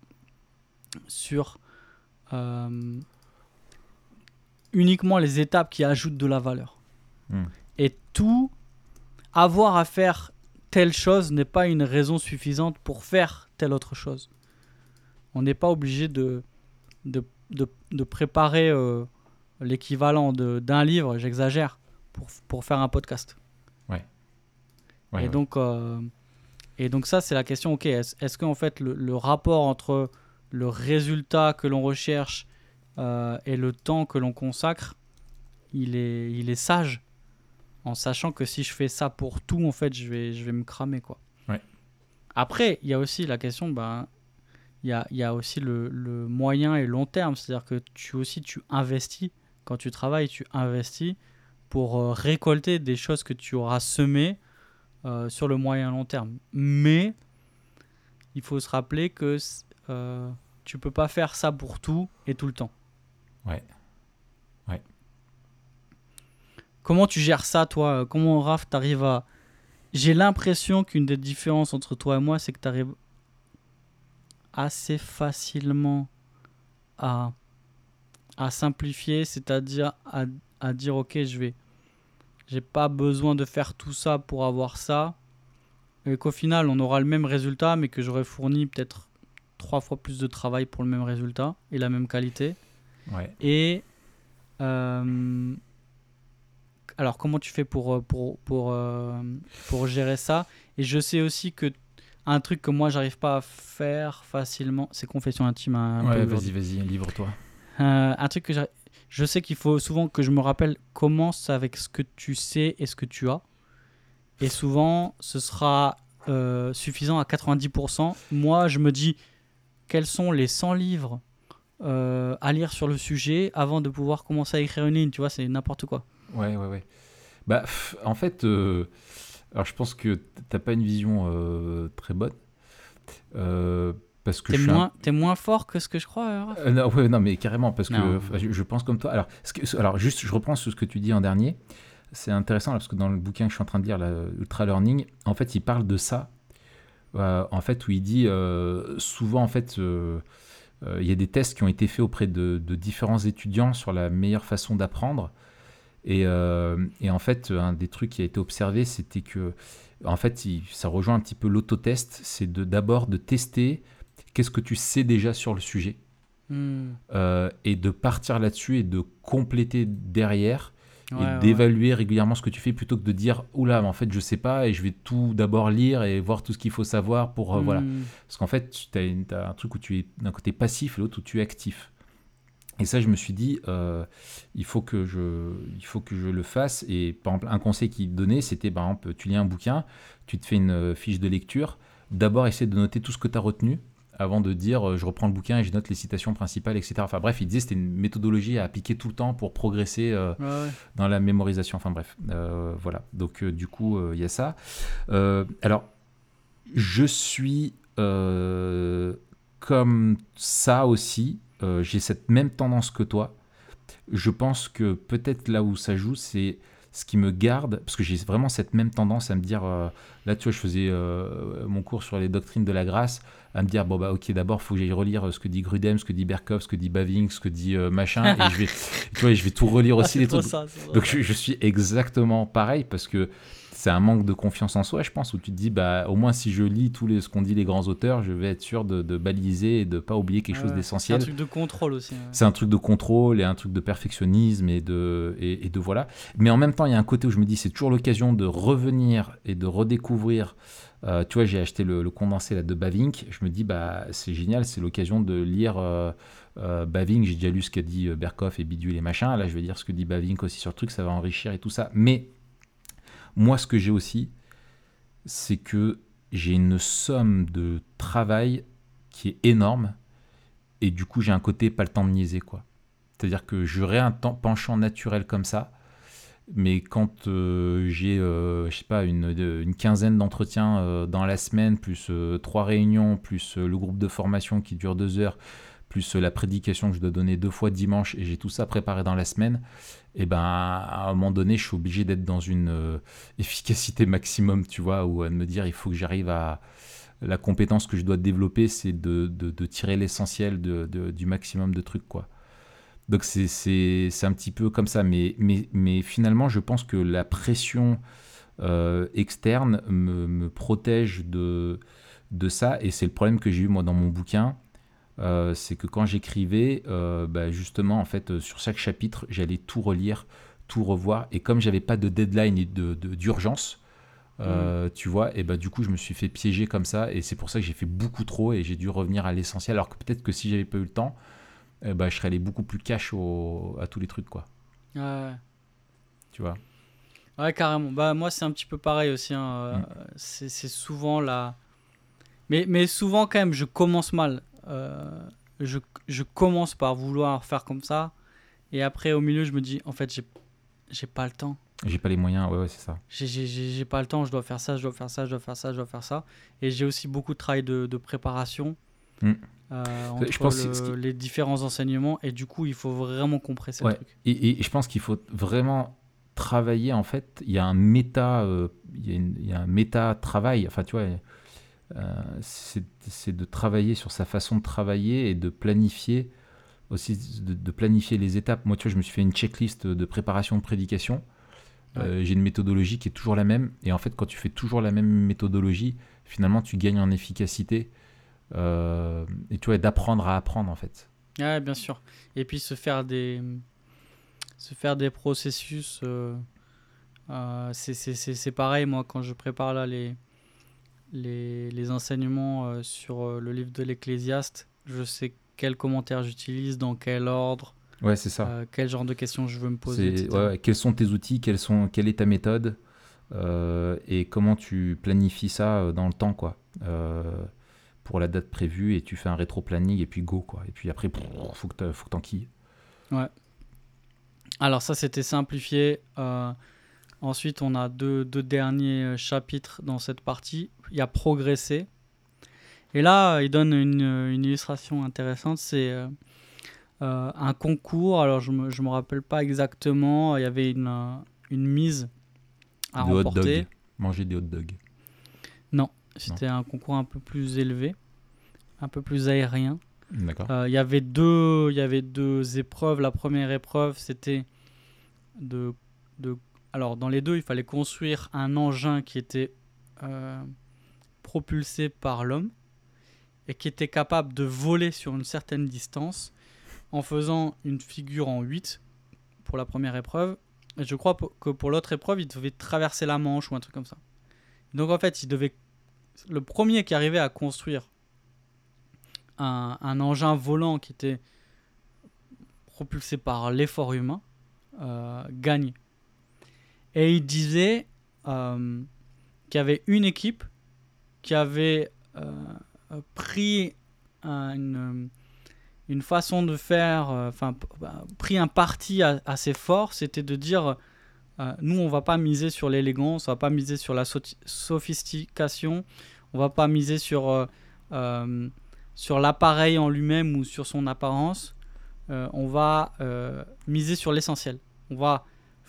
sur euh, uniquement les étapes qui ajoutent de la valeur. Mmh. Et tout, avoir à faire telle chose n'est pas une raison suffisante pour faire telle autre chose. On n'est pas obligé de, de, de, de préparer euh, l'équivalent de, d'un livre, j'exagère, pour, pour faire un podcast. Ouais. Ouais, et, ouais. Donc, euh, et donc ça, c'est la question, ok, est-ce, est-ce qu'en fait le, le rapport entre le résultat que l'on recherche euh, et le temps que l'on consacre, il est, il est sage, en sachant que si je fais ça pour tout, en fait, je vais, je vais me cramer, quoi. Ouais. Après, il y a aussi la question, ben, il y a, il y a aussi le, le moyen et long terme, c'est-à-dire que tu aussi, tu investis, quand tu travailles, tu investis pour euh, récolter des choses que tu auras semées euh, sur le moyen et long terme. Mais il faut se rappeler que euh, tu peux pas faire ça pour tout et tout le temps. Ouais. Ouais. Comment tu gères ça, toi ? Comment, Raph, t'arrives à... J'ai l'impression qu'une des différences entre toi et moi, c'est que tu arrives assez facilement à, à simplifier, c'est-à-dire à, à dire, ok, je vais... J'ai pas besoin de faire tout ça pour avoir ça. Et qu'au final, on aura le même résultat, mais que j'aurais fourni peut-être trois fois plus de travail pour le même résultat et la même qualité. Ouais. Et... Euh, alors, comment tu fais pour, pour, pour, euh, pour gérer ça ? Et je sais aussi que un truc que moi, j'arrive pas à faire facilement, c'est confession intime. Un ouais, peu vas-y, vas-y, livre-toi. Euh, un truc que j'arrive... Je sais qu'il faut souvent que je me rappelle, commence avec ce que tu sais et ce que tu as. Et souvent, ce sera euh, suffisant à quatre-vingt-dix pour cent. Moi, je me dis, quels sont les cent livres euh, à lire sur le sujet avant de pouvoir commencer à écrire une ligne ? Tu vois, c'est n'importe quoi. Ouais, ouais, ouais. Bah, pff, en fait, euh, alors je pense que t'as pas une vision euh, très bonne. Euh, parce que t'es, je moins, un... t'es moins fort que ce que je crois, Raph ? euh, non, ouais, non, mais carrément, parce non. que je, je pense comme toi. Alors, ce que, alors, juste, je reprends ce que tu dis en dernier. C'est intéressant, là, parce que dans le bouquin que je suis en train de lire, là, Ultra Learning, en fait, il parle de ça. Euh, en fait, où il dit euh, souvent, en fait, euh, euh, il y a des tests qui ont été faits auprès de, de différents étudiants sur la meilleure façon d'apprendre. Et, euh, et en fait, un des trucs qui a été observé, c'était que, en fait, il, ça rejoint un petit peu l'autotest, c'est de, d'abord de tester qu'est-ce que tu sais déjà sur le sujet, mmh. euh, et de partir là-dessus et de compléter derrière, ouais, et d'évaluer ouais. régulièrement ce que tu fais, plutôt que de dire « Oula, mais en fait, je sais pas, et je vais tout d'abord lire et voir tout ce qu'il faut savoir pour... Euh, mmh. » Voilà. Parce qu'en fait, tu as un truc où tu es d'un côté passif et l'autre où tu es actif. Et ça, je me suis dit, euh, il faut que je, il faut que je le fasse. Et par exemple, un conseil qu'il donnait, c'était, par exemple, tu lis un bouquin, tu te fais une fiche de lecture. D'abord, essaie de noter tout ce que tu as retenu avant de dire, euh, je reprends le bouquin et je note les citations principales, et cetera. Enfin bref, il disait que c'était une méthodologie à appliquer tout le temps pour progresser euh, ouais, ouais. dans la mémorisation. Enfin bref, euh, voilà. Donc euh, du coup, il euh, y a ça. Euh, alors, je suis euh, comme ça aussi. Euh, j'ai cette même tendance que toi. Je pense que peut-être là où ça joue, c'est ce qui me garde, parce que j'ai vraiment cette même tendance à me dire, euh, là tu vois, je faisais euh, mon cours sur les doctrines de la grâce, à me dire, bon bah ok, d'abord, il faut que j'aille relire ce que dit Grudem, ce que dit Berkov, ce que dit Bavinck, ce que dit euh, machin, et je vais, tu vois, je vais tout relire Ah, aussi, c'est les trop trucs. ça, c'est trop Donc ça. je, je suis exactement pareil, parce que c'est un manque de confiance en soi, je pense, où tu te dis, bah au moins si je lis tout les, ce qu'ont dit les grands auteurs, je vais être sûr de, de baliser et de pas oublier quelque Ouais, chose ouais. C'est un d'essentiel. truc de contrôle aussi. Ouais. C'est un truc de contrôle et un truc de perfectionnisme et de, et, et de voilà. Mais en même temps, il y a un côté où je me dis, c'est toujours l'occasion de revenir et de redécouvrir. Euh, tu vois, j'ai acheté le, le condensé là, de Bavinck. Je me dis, bah, c'est génial, c'est l'occasion de lire euh, euh, Bavinck. J'ai déjà lu ce qu'a dit euh, Berkov et Bidule et machin. Là, je vais lire ce que dit Bavinck aussi sur le truc, ça va enrichir et tout ça. Mais moi, ce que j'ai aussi, c'est que j'ai une somme de travail qui est énorme. Et du coup, j'ai un côté pas le temps de niaiser, quoi. C'est-à-dire que j'aurais un temps, penchant naturel comme ça, mais quand euh, j'ai, euh, je sais pas, une, une quinzaine d'entretiens euh, dans la semaine, plus euh, trois réunions, plus euh, le groupe de formation qui dure deux heures, plus euh, la prédication que je dois donner deux fois dimanche, et j'ai tout ça préparé dans la semaine, et ben à un moment donné, je suis obligé d'être dans une euh, efficacité maximum, tu vois, ou à me dire, il faut que j'arrive à... La compétence que je dois développer, c'est de, de, de tirer l'essentiel de, de, du maximum de trucs, quoi. Donc c'est, c'est, c'est un petit peu comme ça, mais, mais, mais finalement je pense que la pression euh, externe me, me protège de, de ça, et c'est le problème que j'ai eu moi dans mon bouquin, euh, c'est que quand j'écrivais, euh, bah, justement en fait sur chaque chapitre j'allais tout relire, tout revoir, et comme j'avais pas de deadline et de, de, d'urgence, euh, mmh. tu vois, et bah du coup je me suis fait piéger comme ça, et c'est pour ça que j'ai fait beaucoup trop et j'ai dû revenir à l'essentiel, alors que peut-être que si j'avais pas eu le temps, eh ben, je serais allé beaucoup plus cash au, à tous les trucs, quoi. Ouais. Tu vois. Ouais, carrément. Bah, moi, c'est un petit peu pareil aussi. Hein. Euh, Mm. c'est, c'est souvent la. Mais, mais souvent, quand même, je commence mal. Euh, je, je commence par vouloir faire comme ça. Et après, au milieu, je me dis, en fait, j'ai, j'ai pas le temps. J'ai pas les moyens, ouais, ouais, c'est ça. J'ai, j'ai, j'ai, j'ai pas le temps, je dois faire ça, je dois faire ça, je dois faire ça, je dois faire ça. Et j'ai aussi beaucoup de travail de, de préparation. Mm. Euh, entre je pense le, ce qui... les différents enseignements, et du coup il faut vraiment compresser ouais. le truc. Et, et je pense qu'il faut vraiment travailler, en fait, il y a un méta euh, il, y a une, il y a un méta travail, enfin tu vois, euh, c'est, c'est de travailler sur sa façon de travailler et de planifier aussi, de, de planifier les étapes. Moi tu vois, je me suis fait une checklist de préparation de prédication. Ouais. Euh, j'ai une méthodologie qui est toujours la même, et en fait quand tu fais toujours la même méthodologie, finalement tu gagnes en efficacité. Euh, et tu vois, d'apprendre à apprendre en fait. Ouais, bien sûr. Et puis se faire des, se faire des processus. Euh, euh, c'est, c'est, c'est, c'est pareil, moi, quand je prépare là les, les, les enseignements euh, sur euh, le livre de l'Ecclésiaste, je sais quels commentaires j'utilise, dans quel ordre. Ouais, c'est ça. Euh, quel genre de questions je veux me poser, c'est, et cetera. Ouais, quels sont tes outils, quels sont, quelle est ta méthode, euh, et comment tu planifies ça dans le temps, quoi. Euh, pour la date prévue, et tu fais un rétro-planning, et puis go, quoi. Et puis après, il faut que faut que t'enquilles. Ouais. Alors ça, c'était simplifié. Euh, ensuite, on a deux, deux derniers chapitres dans cette partie. Il y a progresser. Et là, il donne une, une illustration intéressante. C'est euh, euh, un concours. Alors, je ne me, je me rappelle pas exactement. Il y avait une, euh, une mise à de remporter. Hot dog. Manger des hot dogs. Non, c'était non. un concours un peu plus élevé, un peu plus aérien. D'accord. Euh, il y avait deux, il y avait deux épreuves. La première épreuve, c'était de, de... Alors, dans les deux, il fallait construire un engin qui était euh, propulsé par l'homme et qui était capable de voler sur une certaine distance en faisant une figure en huit pour la première épreuve. Et je crois que pour l'autre épreuve, il devait traverser la Manche ou un truc comme ça. Donc, en fait, il devait... le premier qui arrivait à construire un, un engin volant qui était propulsé par l'effort humain euh, gagne. Et il disait euh, qu'il y avait une équipe qui avait euh, pris un, une, une façon de faire, enfin euh, pris un parti assez fort, c'était de dire euh, nous on va pas miser sur l'élégance, on va pas miser sur la so- sophistication, on va pas miser sur euh, euh, sur l'appareil en lui-même ou sur son apparence, euh, on va euh, miser sur l'essentiel. On va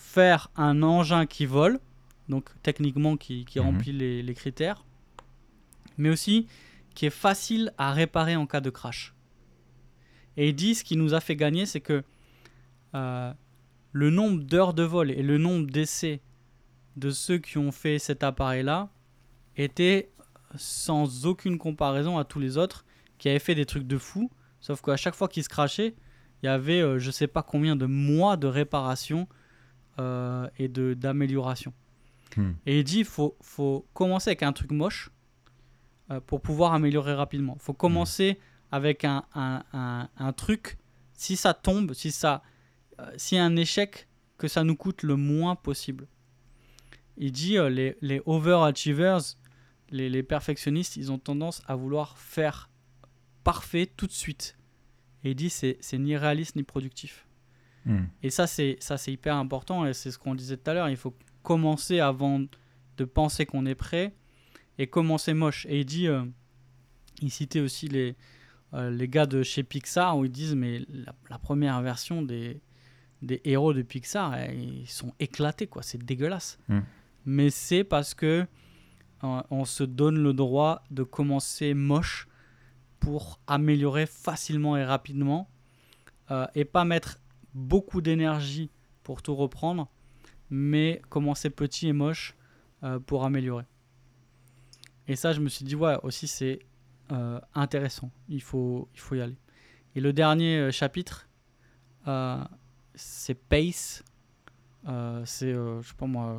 faire un engin qui vole, donc techniquement qui, qui Mhm. remplit les, les critères, mais aussi qui est facile à réparer en cas de crash. Et il dit ce qui nous a fait gagner, c'est que euh, le nombre d'heures de vol et le nombre d'essais de ceux qui ont fait cet appareil-là était sans aucune comparaison à tous les autres qui avaient fait des trucs de fou, sauf qu'à chaque fois qu'ils se crashaient, il y avait euh, je sais pas combien de mois de réparation euh, et de, d'amélioration. Hmm. Et il dit il faut, faut commencer avec un truc moche euh, pour pouvoir améliorer rapidement. Il faut commencer avec un, un, un, un truc, si ça tombe, si ça, euh, s'il y a un échec, que ça nous coûte le moins possible. Il dit euh, les, les overachievers, les, les perfectionnistes, ils ont tendance à vouloir faire parfait tout de suite. Et il dit c'est, c'est ni réaliste ni productif. Hmm. Et ça c'est, ça, c'est hyper important et c'est ce qu'on disait tout à l'heure. Il faut commencer avant de penser qu'on est prêt et commencer moche. Et il dit, euh, il citait aussi les, euh, les gars de chez Pixar où ils disent mais la, la première version des, des héros de Pixar, eh, ils sont éclatés, quoi. C'est dégueulasse. Mm. Mais c'est parce que euh, on se donne le droit de commencer moche pour améliorer facilement et rapidement euh, et pas mettre beaucoup d'énergie pour tout reprendre, mais commencer petit et moche euh, pour améliorer. Et ça, je me suis dit, ouais, aussi c'est euh, intéressant. Il faut, il faut y aller. Et le dernier euh, chapitre, euh, c'est pace. Euh, c'est, euh, je sais pas moi,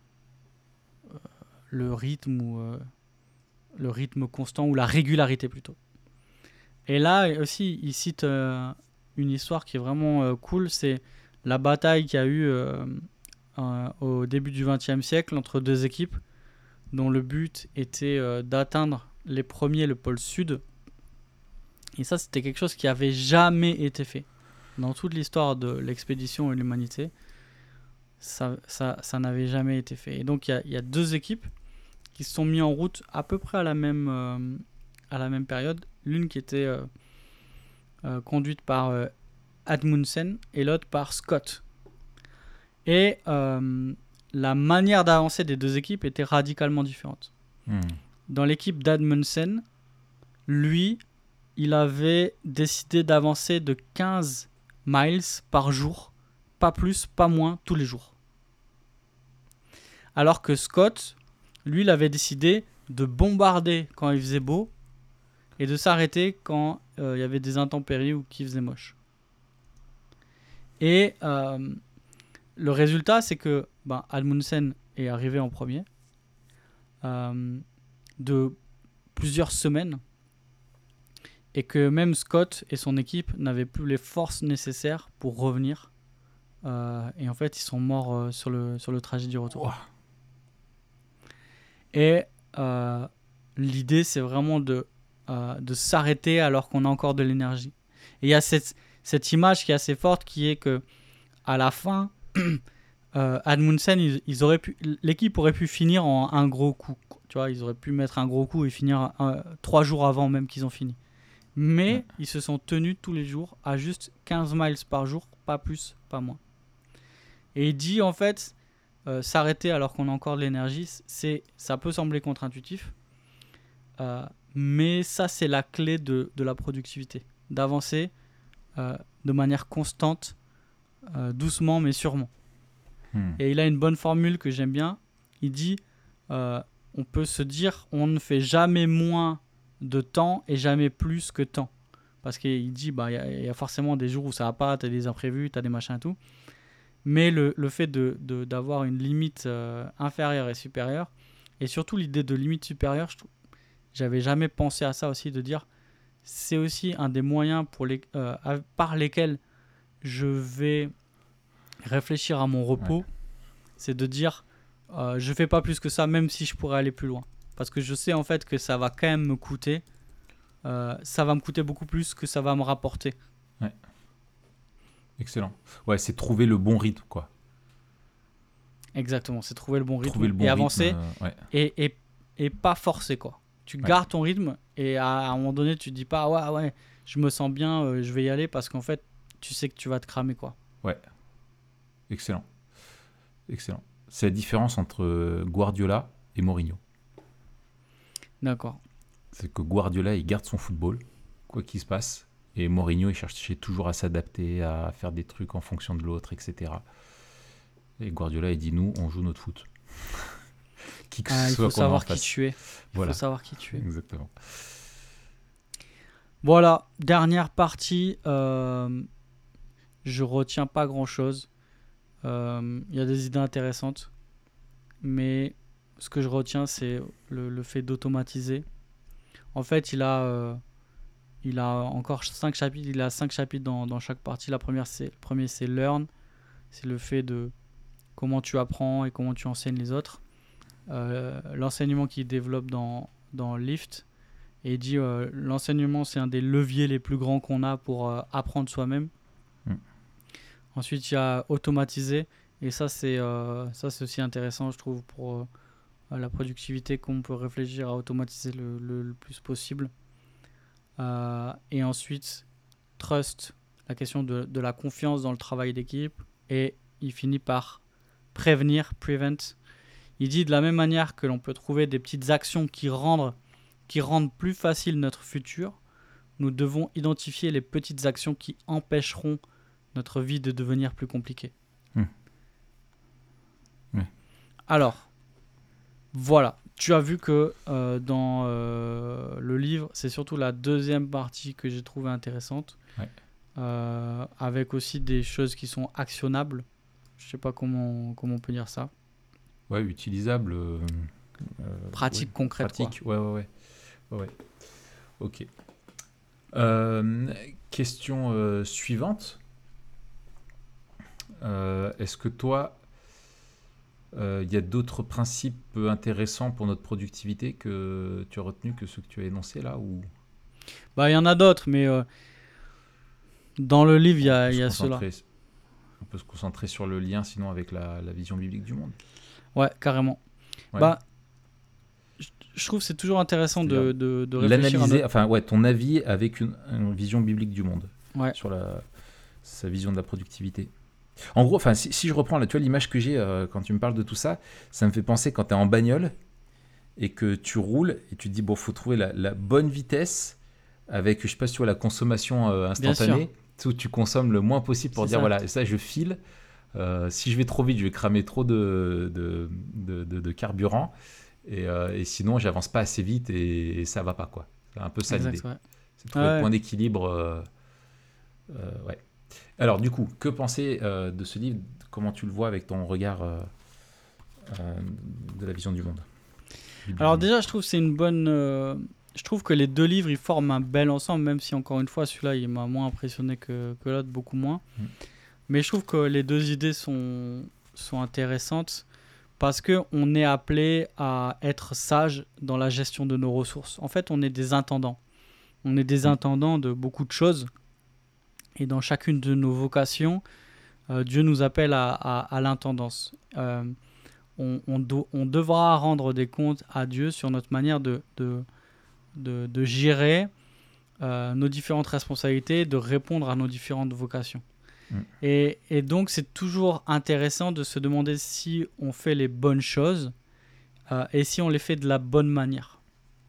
euh, le rythme ou euh, le rythme constant ou la régularité plutôt. Et là aussi, il cite euh, une histoire qui est vraiment euh, cool. C'est la bataille qu'il y a eu euh, euh, au début du vingtième siècle entre deux équipes dont le but était euh, d'atteindre les premiers le pôle sud. Et ça, c'était quelque chose qui avait jamais été fait dans toute l'histoire de l'expédition et de l'humanité. Ça, ça, ça n'avait jamais été fait. Et donc, il y, y a deux équipes qui se sont mis en route à peu près à la même, euh, à la même période. L'une qui était euh, euh, conduite par euh, Amundsen et l'autre par Scott. Et euh, la manière d'avancer des deux équipes était radicalement différente. Mm. Dans l'équipe d'Amundsen, lui, il avait décidé d'avancer de quinze miles par jour, pas plus, pas moins, tous les jours. Alors que Scott, lui, il avait décidé de bombarder quand il faisait beau et de s'arrêter quand euh, il y avait des intempéries ou qu'il faisait moche. Et euh, le résultat, c'est que ben, Amundsen est arrivé en premier euh, de plusieurs semaines et que même Scott et son équipe n'avaient plus les forces nécessaires pour revenir. Euh, et en fait, ils sont morts euh, sur, le, sur le trajet du retour. Wow. Et euh, l'idée, c'est vraiment de, euh, de s'arrêter alors qu'on a encore de l'énergie. Et il y a cette, cette image qui est assez forte qui est que à la fin, euh, Amundsen, ils, ils auraient pu, l'équipe aurait pu finir en un gros coup. Tu vois, ils auraient pu mettre un gros coup et finir euh, trois jours avant même qu'ils ont fini. Mais ouais. Ils se sont tenus tous les jours à juste quinze miles par jour, pas plus, pas moins. Et il dit en fait, euh, s'arrêter alors qu'on a encore de l'énergie, c'est, ça peut sembler contre-intuitif, euh, mais ça c'est la clé de, de la productivité, d'avancer euh, de manière constante, euh, doucement mais sûrement. Hmm. Et il a une bonne formule que j'aime bien. Il dit, euh, on peut se dire, on ne fait jamais moins de temps et jamais plus que temps. Parce qu'il dit, bah, y, y a forcément des jours où ça va pas, tu as des imprévus, tu as des machins et tout. Mais le, le fait de, de, d'avoir une limite euh, inférieure et supérieure, et surtout l'idée de limite supérieure, je trouve, j'avais jamais pensé à ça aussi, de dire, c'est aussi un des moyens pour les, euh, par lesquels je vais réfléchir à mon repos, ouais. C'est de dire, euh, je fais pas plus que ça, même si je pourrais aller plus loin. Parce que je sais en fait que ça va quand même me coûter, euh, ça va me coûter beaucoup plus que ça va me rapporter. Ouais. Excellent. Ouais, c'est trouver le bon rythme, quoi. Exactement, c'est trouver le bon rythme trouver le bon et avancer rythme, euh, ouais. et, et, et pas forcer, quoi. Tu ouais. gardes ton rythme et à, à un moment donné, tu te dis pas, ouais, ouais, je me sens bien, euh, je vais y aller parce qu'en fait, tu sais que tu vas te cramer, quoi. Ouais. Excellent. Excellent. C'est la différence entre Guardiola et Mourinho. D'accord. C'est que Guardiola, il garde son football, quoi qu'il se passe. Et Mourinho, il cherchait toujours à s'adapter, à faire des trucs en fonction de l'autre, et cetera. Et Guardiola, il dit, nous, on joue notre foot. Qui que Ah, ce il soit faut qu'on ait en savoir qui face. tu es. Il Voilà. faut savoir qui tu es. Exactement. Voilà, dernière partie. Euh, je retiens pas grand-chose. Il euh, y a des idées intéressantes. Mais ce que je retiens, c'est le, le fait d'automatiser. En fait, il a, euh, il a encore cinq chapitres. Il a cinq chapitres dans, dans chaque partie. La première, c'est, le premier, c'est Learn. C'est le fait de comment tu apprends et comment tu enseignes les autres. Euh, l'enseignement qu'il développe dans, dans Lift. Et il dit euh, l'enseignement, c'est un des leviers les plus grands qu'on a pour euh, apprendre soi-même. Mm. Ensuite, il y a automatiser. Et ça, c'est, euh, ça, c'est aussi intéressant, je trouve, pour euh, la productivité, qu'on peut réfléchir à automatiser le, le, le plus possible. Euh, et ensuite, trust, la question de, de la confiance dans le travail d'équipe. Et il finit par prévenir, prevent. Il dit de la même manière que l'on peut trouver des petites actions qui rendent, qui rendent plus facile notre futur, nous devons identifier les petites actions qui empêcheront notre vie de devenir plus compliquée. Mmh. Oui. Alors, voilà. Tu as vu que euh, dans euh, le livre, c'est surtout la deuxième partie que j'ai trouvée intéressante, ouais. euh, avec aussi des choses qui sont actionnables. Je ne sais pas comment, comment on peut dire ça. Ouais, utilisable. Euh, pratique ouais. concrète. Pratique, quoi. ouais, ouais, ouais. ouais, ouais. Ok. Euh, question euh, suivante. Euh, est-ce que toi, il euh, y a d'autres principes intéressants pour notre productivité que tu as retenu que ceux que tu as énoncés là ou... Bah, il y en a d'autres, mais euh, dans le livre, il y a, y a ceux-là. On peut se concentrer sur le lien, sinon, avec la, la vision biblique du monde. Ouais, carrément. Ouais. Bah, je, je trouve que c'est toujours intéressant de, de, de réfléchir l'analyser, à notre... enfin, ouais, ton avis avec une, une vision biblique du monde. Ouais. Sur la, sa vision de la productivité. En gros, enfin, si, si je reprends là, tu vois, l'image que j'ai euh, quand tu me parles de tout ça, ça me fait penser quand tu es en bagnole et que tu roules et tu te dis, bon, faut trouver la, la bonne vitesse avec, je sais pas si tu vois, la consommation euh, instantanée, où tu consommes le moins possible pour C'est dire, ça. voilà, ça, je file. Euh, si je vais trop vite, je vais cramer trop de, de, de, de, de carburant. Et, euh, et sinon, j'avance pas assez vite et, et ça va pas, quoi. C'est un peu ça Exact, l'idée. ouais. C'est trouver Ouais. le point d'équilibre. Euh, euh, ouais. Alors, du coup, que penser euh, de ce livre? Comment tu le vois avec ton regard euh, euh, de la vision du monde? Alors déjà, je trouve que c'est une bonne... Euh, je trouve que les deux livres, ils forment un bel ensemble, même si, encore une fois, celui-là, il m'a moins impressionné que, que l'autre, beaucoup moins. Mm. Mais je trouve que les deux idées sont, sont intéressantes parce qu'on est appelé à être sage dans la gestion de nos ressources. En fait, on est des intendants. On est des intendants de beaucoup de choses. Et dans chacune de nos vocations, euh, Dieu nous appelle à, à, à l'intendance. Euh, on, on, do, on devra rendre des comptes à Dieu sur notre manière de, de, de, de gérer euh, nos différentes responsabilités, de répondre à nos différentes vocations. Mm. Et, et donc, c'est toujours intéressant de se demander si on fait les bonnes choses euh, et si on les fait de la bonne manière.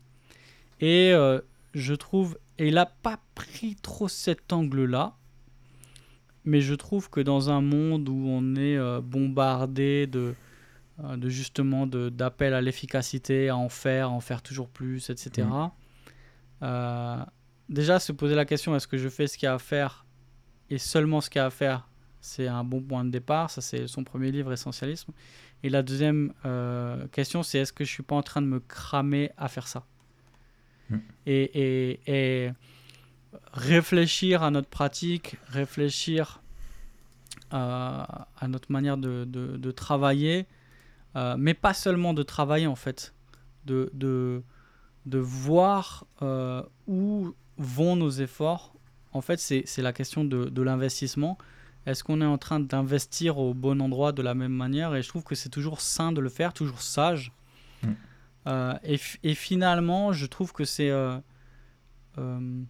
Et euh, je trouve, et il n'a pas pris trop cet angle-là, mais je trouve que dans un monde où on est euh, bombardé de, euh, de justement de, d'appels à l'efficacité, à en faire, à en faire toujours plus, et cetera. Mmh. Euh, déjà, se poser la question, est-ce que je fais ce qu'il y a à faire et seulement ce qu'il y a à faire, c'est un bon point de départ. Ça, c'est son premier livre, Essentialisme. Et la deuxième euh, question, c'est est-ce que je ne suis pas en train de me cramer à faire ça? Mmh. et, et, et réfléchir à notre pratique, réfléchir à, à notre manière de, de, de travailler, euh, mais pas seulement de travailler en fait, de, de, de voir euh, où vont nos efforts. En fait, c'est, c'est la question de, de l'investissement. Est-ce qu'on est en train d'investir au bon endroit de la même manière? Et je trouve que c'est toujours sain de le faire, toujours sage. Mmh. Euh, et, et finalement, je trouve que c'est... Euh, euh,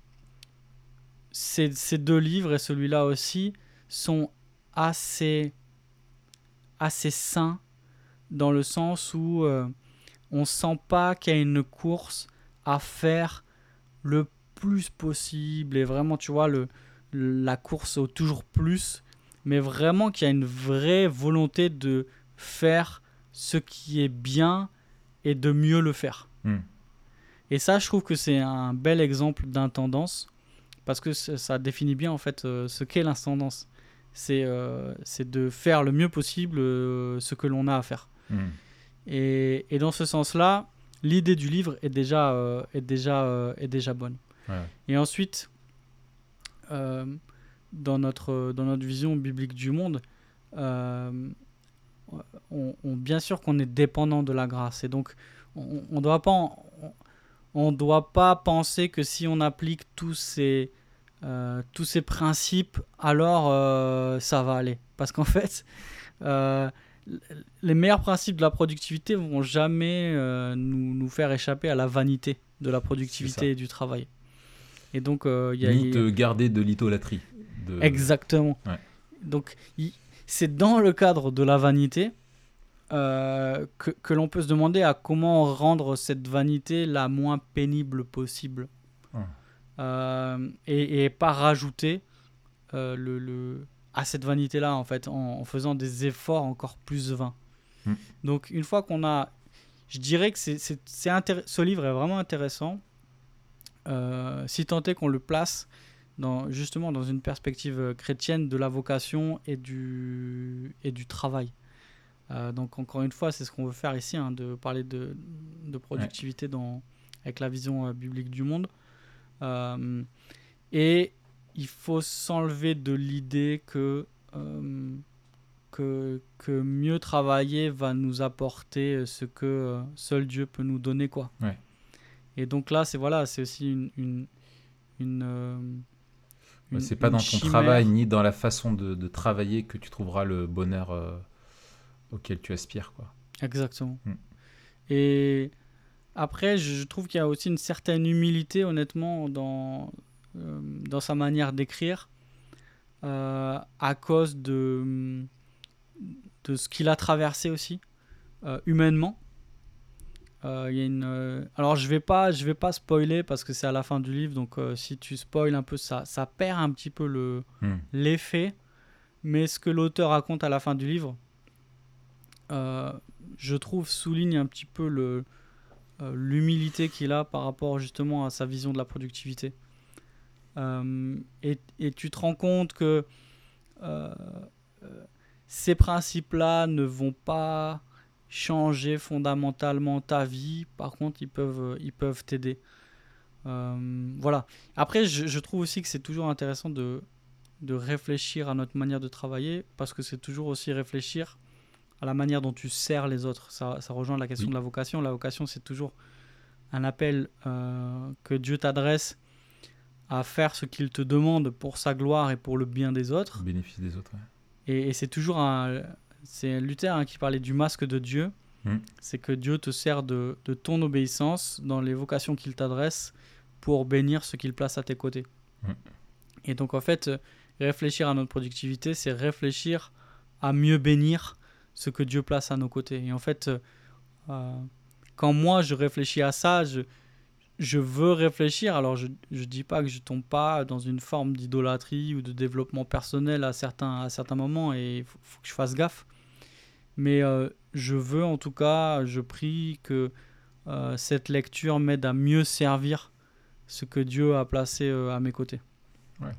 Ces, ces deux livres et celui-là aussi sont assez, assez sain dans le sens où euh, on sent pas qu'il y a une course à faire le plus possible et vraiment, tu vois, le, la course au toujours plus, mais vraiment qu'il y a une vraie volonté de faire ce qui est bien et de mieux le faire. Mm. Et ça, je trouve que c'est un bel exemple d'intendance parce que ça, ça définit bien en fait euh, ce qu'est l'intendance. C'est, euh, c'est de faire le mieux possible euh, ce que l'on a à faire. Mm. Et, et dans ce sens-là, l'idée du livre est déjà, euh, est déjà, euh, est déjà bonne. Ouais. Et ensuite, euh, dans, notre, dans notre vision biblique du monde, euh, on, on, bien sûr qu'on est dépendant de la grâce. Et donc, on ne doit pas... En, on ne doit pas penser que si on applique tous ces, euh, tous ces principes, alors euh, ça va aller. Parce qu'en fait, euh, les meilleurs principes de la productivité ne vont jamais euh, nous, nous faire échapper à la vanité de la productivité et du travail. Et donc, euh, y a, Ni y a... te garder de l'idolâtrie. De... Exactement. Ouais. Donc, y... c'est dans le cadre de la vanité Euh, que, que l'on peut se demander à comment rendre cette vanité la moins pénible possible. Mmh. Euh, et, et pas rajouter euh, le, le, à cette vanité-là en fait, en, en faisant des efforts encore plus vains. Mmh. Donc une fois qu'on a... Je dirais que c'est, c'est, c'est intér- ce livre est vraiment intéressant, euh, si tant est qu'on le place dans, justement dans une perspective chrétienne de la vocation et du, et du travail. Euh, donc encore une fois, c'est ce qu'on veut faire ici, hein, de parler de, de productivité ouais. dans, avec la vision euh, biblique du monde. Euh, et il faut s'enlever de l'idée que, euh, que, que mieux travailler va nous apporter ce que euh, seul Dieu peut nous donner, quoi. Ouais. Et donc là, c'est, voilà, c'est aussi une... une, une, euh, une c'est pas une dans ton chimère. Travail ni dans la façon de, de travailler que tu trouveras le bonheur... Euh... auquel tu aspires, quoi. Exactement. Mm. Et après, je trouve qu'il y a aussi une certaine humilité, honnêtement, dans, euh, dans sa manière d'écrire, euh, à cause de, de ce qu'il a traversé aussi, euh, humainement. Euh, y a une, euh... Alors, je vais pas, je vais pas spoiler parce que c'est à la fin du livre, donc euh, si tu spoiles un peu, ça, ça perd un petit peu le, mm. l'effet. Mais ce que l'auteur raconte à la fin du livre, Euh, je trouve, souligne un petit peu le, euh, l'humilité qu'il a par rapport justement à sa vision de la productivité. Euh, et, et tu te rends compte que euh, euh, ces principes-là ne vont pas changer fondamentalement ta vie. Par contre, ils peuvent, ils peuvent t'aider. Euh, voilà. Après, je, je trouve aussi que c'est toujours intéressant de, de réfléchir à notre manière de travailler, parce que c'est toujours aussi réfléchir à la manière dont tu sers les autres. Ça, ça rejoint la question oui. de la vocation. La vocation, c'est toujours un appel euh, que Dieu t'adresse à faire ce qu'il te demande pour sa gloire et pour le bien des autres. Le bénéfice des autres, ouais. Et, et c'est toujours un... C'est Luther hein, qui parlait du masque de Dieu. Mmh. C'est que Dieu te sert de, de ton obéissance dans les vocations qu'il t'adresse pour bénir ce qu'il place à tes côtés. Mmh. Et donc, en fait, réfléchir à notre productivité, c'est réfléchir à mieux bénir ce que Dieu place à nos côtés. Et en fait, euh, quand moi je réfléchis à ça, je, je veux réfléchir. Alors je ne dis pas que je ne tombe pas dans une forme d'idolâtrie ou de développement personnel à certains, à certains moments, et il faut, faut que je fasse gaffe. Mais euh, je veux en tout cas, je prie que euh, cette lecture m'aide à mieux servir ce que Dieu a placé euh, à mes côtés. Ouais.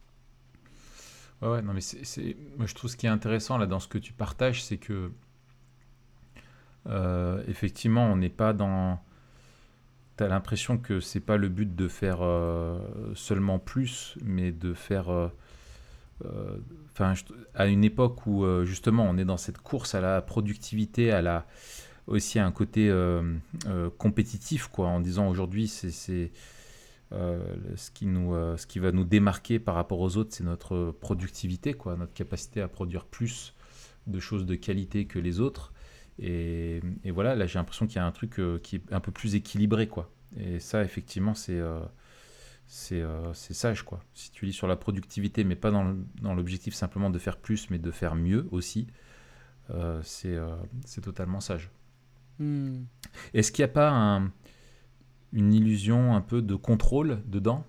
Ouais, ouais, non, mais c'est, c'est... moi je trouve ce qui est intéressant là dans ce que tu partages, c'est que euh, effectivement, on n'est pas dans. Tu as l'impression que c'est pas le but de faire euh, seulement plus, mais de faire. Enfin, euh, à une époque où euh, justement on est dans cette course à la productivité, à la aussi à un côté euh, euh, compétitif, quoi, en disant aujourd'hui c'est. c'est Euh, ce, qui nous, euh, ce qui va nous démarquer par rapport aux autres, c'est notre productivité, quoi, notre capacité à produire plus de choses de qualité que les autres. Et, et voilà, là j'ai l'impression qu'il y a un truc euh, qui est un peu plus équilibré, quoi. Et ça, effectivement, c'est, euh, c'est, euh, c'est sage, quoi. Si tu lis sur la productivité, mais pas dans, le, dans l'objectif simplement de faire plus, mais de faire mieux aussi, euh, c'est, euh, c'est totalement sage. Hmm. Est-ce qu'il n'y a pas un, une illusion un peu de contrôle dedans?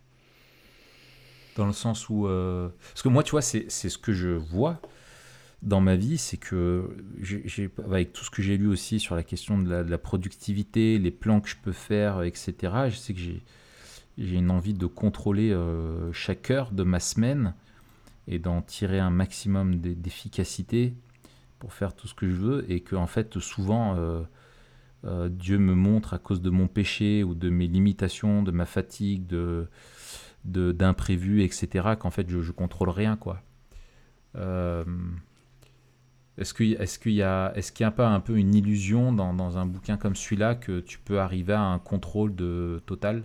Dans le sens où... euh, Parce que moi, tu vois, c'est, c'est ce que je vois dans ma vie, c'est que, j'ai, j'ai- avec tout ce que j'ai lu aussi sur la question de la, de la productivité, les plans que je peux faire, et cetera, je sais que j'ai, j'ai une envie de contrôler euh, chaque heure de ma semaine et d'en tirer un maximum d'e- d'efficacité pour faire tout ce que je veux, et que, en fait, souvent... euh, euh, Dieu me montre à cause de mon péché ou de mes limitations, de ma fatigue, de, de, d'imprévus, et cetera, qu'en fait je, je contrôle rien, quoi. Euh, est-ce qu'il, est-ce qu'il y a, est-ce qu'il y a pas un peu une illusion dans, dans un bouquin comme celui-là que tu peux arriver à un contrôle de, total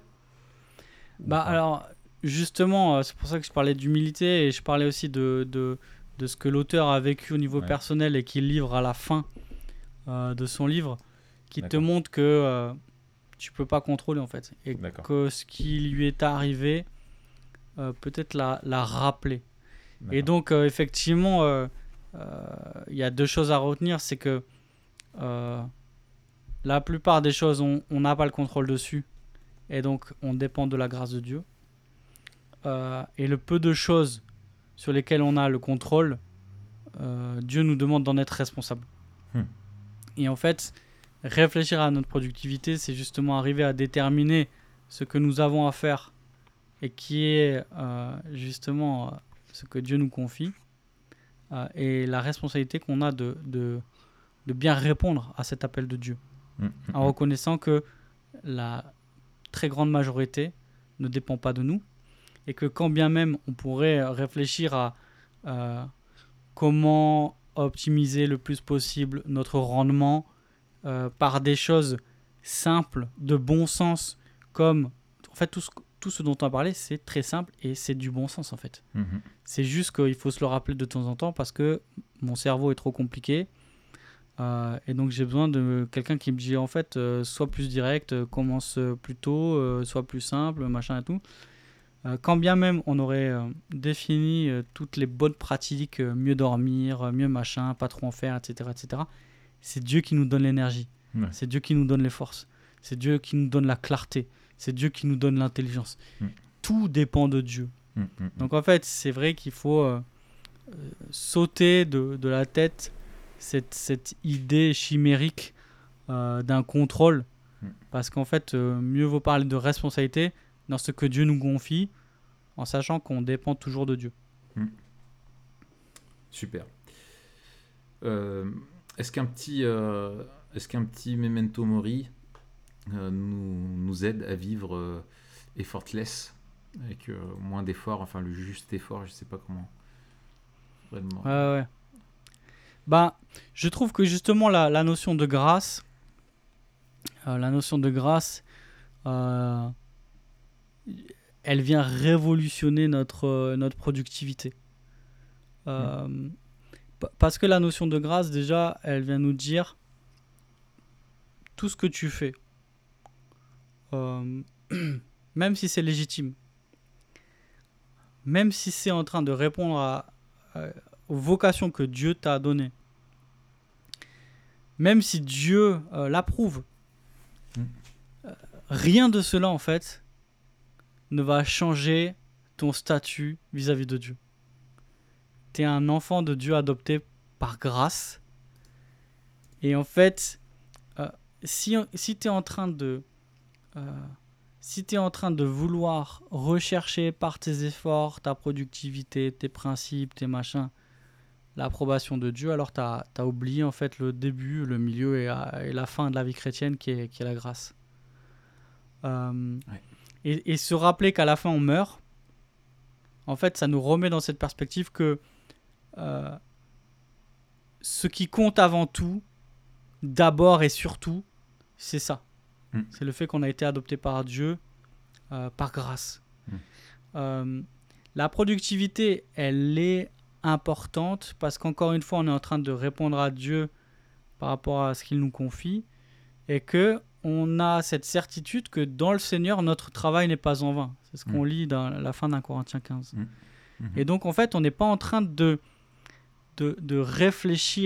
ou Bah pas? alors, justement, euh, c'est pour ça que je parlais d'humilité et je parlais aussi de, de, de ce que l'auteur a vécu au niveau Ouais, personnel et qu'il livre à la fin euh, de son livre, qui te d'accord, montre que euh, tu peux pas contrôler en fait et d'accord, que ce qui lui est arrivé euh, peut-être l'a, l'a rappelé. Et d'accord. donc, euh, effectivement, euh, euh, il y a deux choses à retenir, c'est que euh, la plupart des choses, on on n'a pas le contrôle dessus et donc on dépend de la grâce de Dieu. Euh, et le peu de choses sur lesquelles on a le contrôle, euh, Dieu nous demande d'en être responsable. Hmm. Et en fait, réfléchir à notre productivité, c'est justement arriver à déterminer ce que nous avons à faire et qui est euh, justement euh, ce que Dieu nous confie euh, et la responsabilité qu'on a de, de, de bien répondre à cet appel de Dieu Hmm, hmm, en hmm. reconnaissant que la très grande majorité ne dépend pas de nous et que quand bien même on pourrait réfléchir à euh, comment optimiser le plus possible notre rendement euh, par des choses simples, de bon sens, comme en fait tout ce, tout ce dont on a parlé, c'est très simple et c'est du bon sens en fait. Hmm, hmm. C'est juste qu'il faut se le rappeler de temps en temps parce que mon cerveau est trop compliqué euh, et donc j'ai besoin de quelqu'un qui me dit en fait euh, sois plus direct, euh, commence plus tôt, euh, sois plus simple, machin et tout. Euh, quand bien même on aurait euh, défini euh, toutes les bonnes pratiques, euh, mieux dormir, euh, mieux machin, pas trop en faire, et cetera, et cetera, c'est Dieu qui nous donne l'énergie. Ouais. C'est Dieu qui nous donne les forces. C'est Dieu qui nous donne la clarté. C'est Dieu qui nous donne l'intelligence. Mm. Tout dépend de Dieu. Hmm, hmm, hmm. Donc en fait, c'est vrai qu'il faut euh, euh, sauter de, de la tête cette, cette idée chimérique euh, d'un contrôle. Mm. Parce qu'en fait, euh, mieux vaut parler de responsabilité dans ce que Dieu nous confie, en sachant qu'on dépend toujours de Dieu. Super. Euh, est-ce qu'un petit, euh, est-ce qu'un petit memento mori euh, nous, nous aide à vivre euh, effortless, avec euh, moins d'efforts, enfin le juste effort, je sais pas comment vraiment. Ouais, ouais. Bah, je trouve que justement la, la notion de grâce, euh, la notion de grâce, euh, elle vient révolutionner notre, euh, notre productivité. Euh, mm. Parce que la notion de grâce, déjà, elle vient nous dire tout ce que tu fais, euh, même si c'est légitime, même si c'est en train de répondre à, à, aux vocations que Dieu t'a données, même si Dieu euh, l'approuve, Mm. euh, rien de cela, en fait, ne va changer ton statut vis-à-vis de Dieu. Tu es un enfant de Dieu adopté par grâce. Et en fait, euh, si, si tu es en train de... Euh, si tu es en train de vouloir rechercher par tes efforts, ta productivité, tes principes, tes machins, l'approbation de Dieu, alors tu as oublié en fait le début, le milieu et, à, et la fin de la vie chrétienne qui est, qui est la grâce. Euh, Ouais. et, et se rappeler qu'à la fin on meurt, en fait ça nous remet dans cette perspective que euh, ce qui compte avant tout, d'abord et surtout, c'est ça. Mm. C'est le fait qu'on a été adopté par Dieu euh, par grâce. Mm. Euh, la productivité, elle est importante parce qu'encore une fois, on est en train de répondre à Dieu par rapport à ce qu'il nous confie et que on a cette certitude que dans le Seigneur, notre travail n'est pas en vain. C'est ce qu'on Mm. lit dans la fin d'un Corinthiens quinze. Mm. Mm-hmm. Et donc, en fait, on n'est pas en train de, de, de réfléchir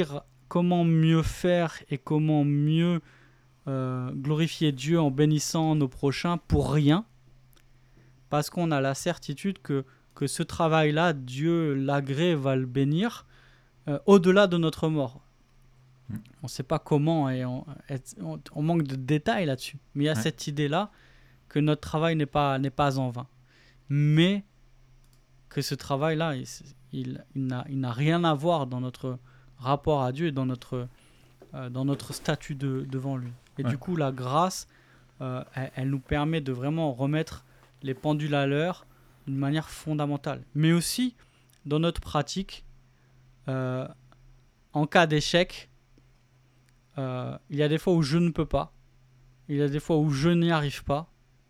comment mieux faire et comment mieux euh, glorifier Dieu en bénissant nos prochains pour rien, parce qu'on a la certitude que, que ce travail-là, Dieu l'agrée, va le bénir euh, au-delà de notre mort. Mmh. On ne sait pas comment et on, on, on manque de détails là-dessus. Mais il y a ouais. cette idée-là que notre travail n'est pas, n'est pas en vain. Mais que ce travail-là, il, il, il, n'a, il n'a rien à voir dans notre rapport à Dieu et dans notre, euh, dans notre statut de, devant lui. Et ouais. du coup, la grâce, euh, elle, elle nous permet de vraiment remettre les pendules à l'heure d'une manière fondamentale. Mais aussi, dans notre pratique, euh, en cas d'échec, euh, il y a des fois où je ne peux pas. Il y a des fois où je n'y arrive pas.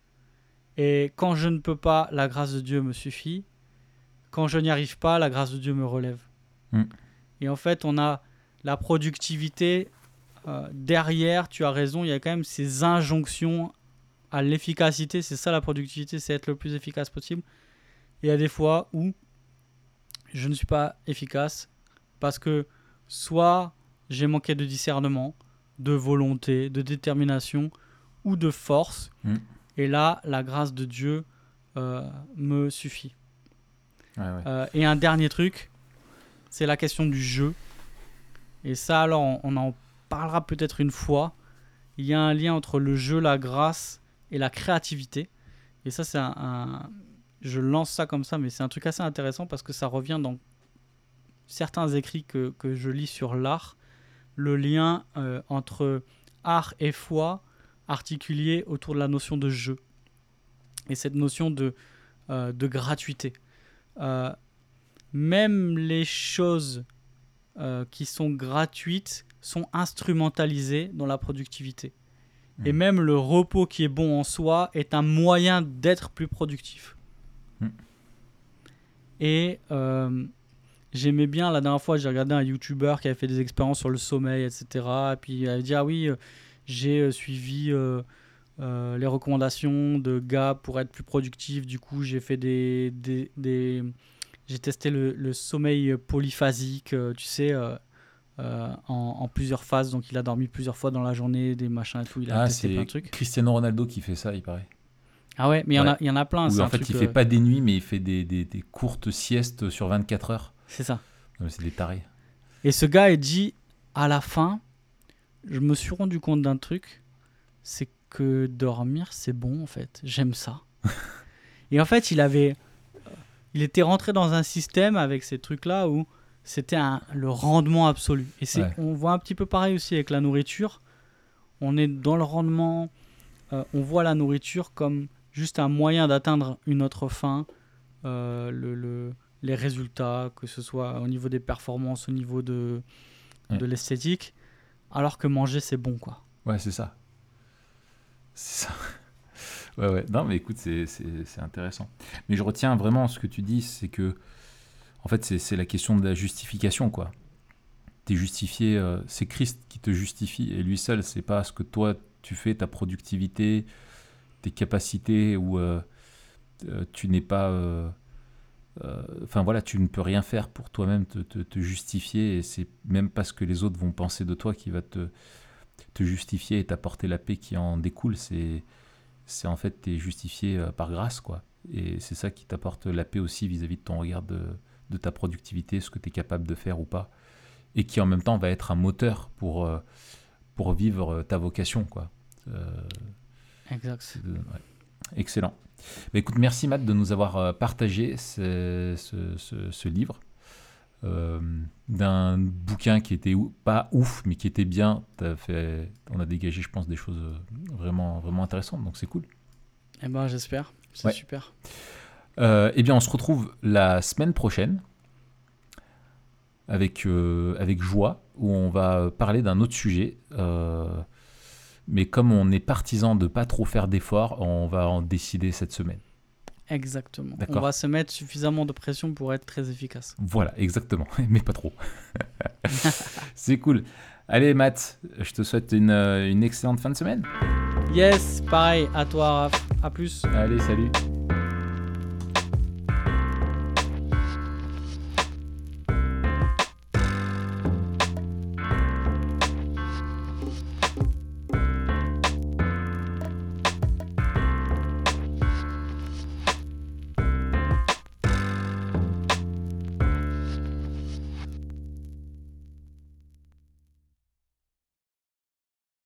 Et quand je ne peux pas, la grâce de Dieu me suffit. Quand je n'y arrive pas, la grâce de Dieu me relève. Mm. Et en fait, on a la productivité. Euh, derrière, tu as raison, il y a quand même ces injonctions à l'efficacité. C'est ça la productivité, c'est être le plus efficace possible. Et il y a des fois où je ne suis pas efficace parce que soit j'ai manqué de discernement, de volonté, de détermination ou de force. Mm. Et là, la grâce de Dieu euh, me suffit. Ouais, ouais. Euh, et un dernier truc, c'est la question du jeu. Et ça, alors, on, on en parlera peut-être une fois. Il y a un lien entre le jeu, la grâce et la créativité. Et ça, c'est un, un... Je lance ça comme ça, mais c'est un truc assez intéressant parce que ça revient dans certains écrits que, que je lis sur l'art. Le lien euh, entre art et foi articulé autour de la notion de jeu. Et cette notion de, euh, de gratuité. Euh, même les choses euh, qui sont gratuites sont instrumentalisées dans la productivité. Mmh. Et même le repos qui est bon en soi est un moyen d'être plus productif. Mmh. Et euh, j'aimais bien, la dernière fois, j'ai regardé un YouTuber qui avait fait des expériences sur le sommeil, et cetera. Et puis il avait dit, ah oui, euh, j'ai euh, suivi euh, euh, les recommandations de gars pour être plus productif. Du coup, j'ai fait des... des, des j'ai testé le, le sommeil polyphasique, euh, tu sais, euh, euh, en, en plusieurs phases. Donc, il a dormi plusieurs fois dans la journée, des machins et tout. Il a ah, testé c'est plein de trucs. Cristiano Ronaldo qui fait ça, il paraît. Ah ouais, mais il ouais. y, y en a plein. Où, c'est en un fait, truc, il ne fait euh... pas des nuits, mais il fait des, des, des courtes siestes sur vingt-quatre heures. C'est ça. Non, c'est des tarés. Et ce gars, il dit, à la fin, je me suis rendu compte d'un truc, c'est que dormir, c'est bon, en fait. J'aime ça. Et en fait, il avait... Il était rentré dans un système avec ces trucs-là où c'était un, le rendement absolu. Et c'est, ouais. on voit un petit peu pareil aussi avec la nourriture. On est dans le rendement. Euh, on voit la nourriture comme juste un moyen d'atteindre une autre fin. Euh, le, le, les résultats, que ce soit au niveau des performances, au niveau de, ouais. de l'esthétique. Alors que manger, c'est bon, quoi. Ouais, c'est ça. C'est ça. Ouais, ouais. Non, mais écoute, c'est, c'est, c'est intéressant. Mais je retiens vraiment ce que tu dis, c'est que, en fait, c'est, c'est la question de la justification, quoi. T'es justifié, euh, c'est Christ qui te justifie, et lui seul, c'est pas ce que toi, tu fais, ta productivité, tes capacités, ou euh, euh, tu n'es pas... Enfin, euh, voilà, tu ne peux rien faire pour toi-même te, te, te justifier, et c'est même pas ce que les autres vont penser de toi qui va te, te justifier et t'apporter la paix qui en découle, c'est... c'est en fait, tu es justifié euh, par grâce, quoi. Et c'est ça qui t'apporte la paix aussi vis-à-vis de ton regard de, de ta productivité, ce que tu es capable de faire ou pas. Et qui, en même temps, va être un moteur pour, euh, pour vivre ta vocation, quoi. Euh, exact. De, ouais. Excellent. Bah, écoute, merci, Matt, de nous avoir partagé ce, ce, ce, ce livre. Euh, d'un bouquin qui était ou, pas ouf, mais qui était bien. T'as fait, on a dégagé, je pense, des choses vraiment, vraiment intéressantes, donc c'est cool. Eh ben, j'espère, c'est ouais. super. Euh, eh bien, on se retrouve la semaine prochaine avec, euh, avec joie, où on va parler d'un autre sujet. Euh, mais comme on est partisan de pas trop faire d'efforts, on va en décider cette semaine. Exactement. D'accord. On va se mettre suffisamment de pression pour être très efficace. Voilà, exactement. Mais pas trop. C'est cool. Allez, Matt, je te souhaite une, une excellente fin de semaine. Yes, pareil. À toi, Raph. À plus. Allez, salut.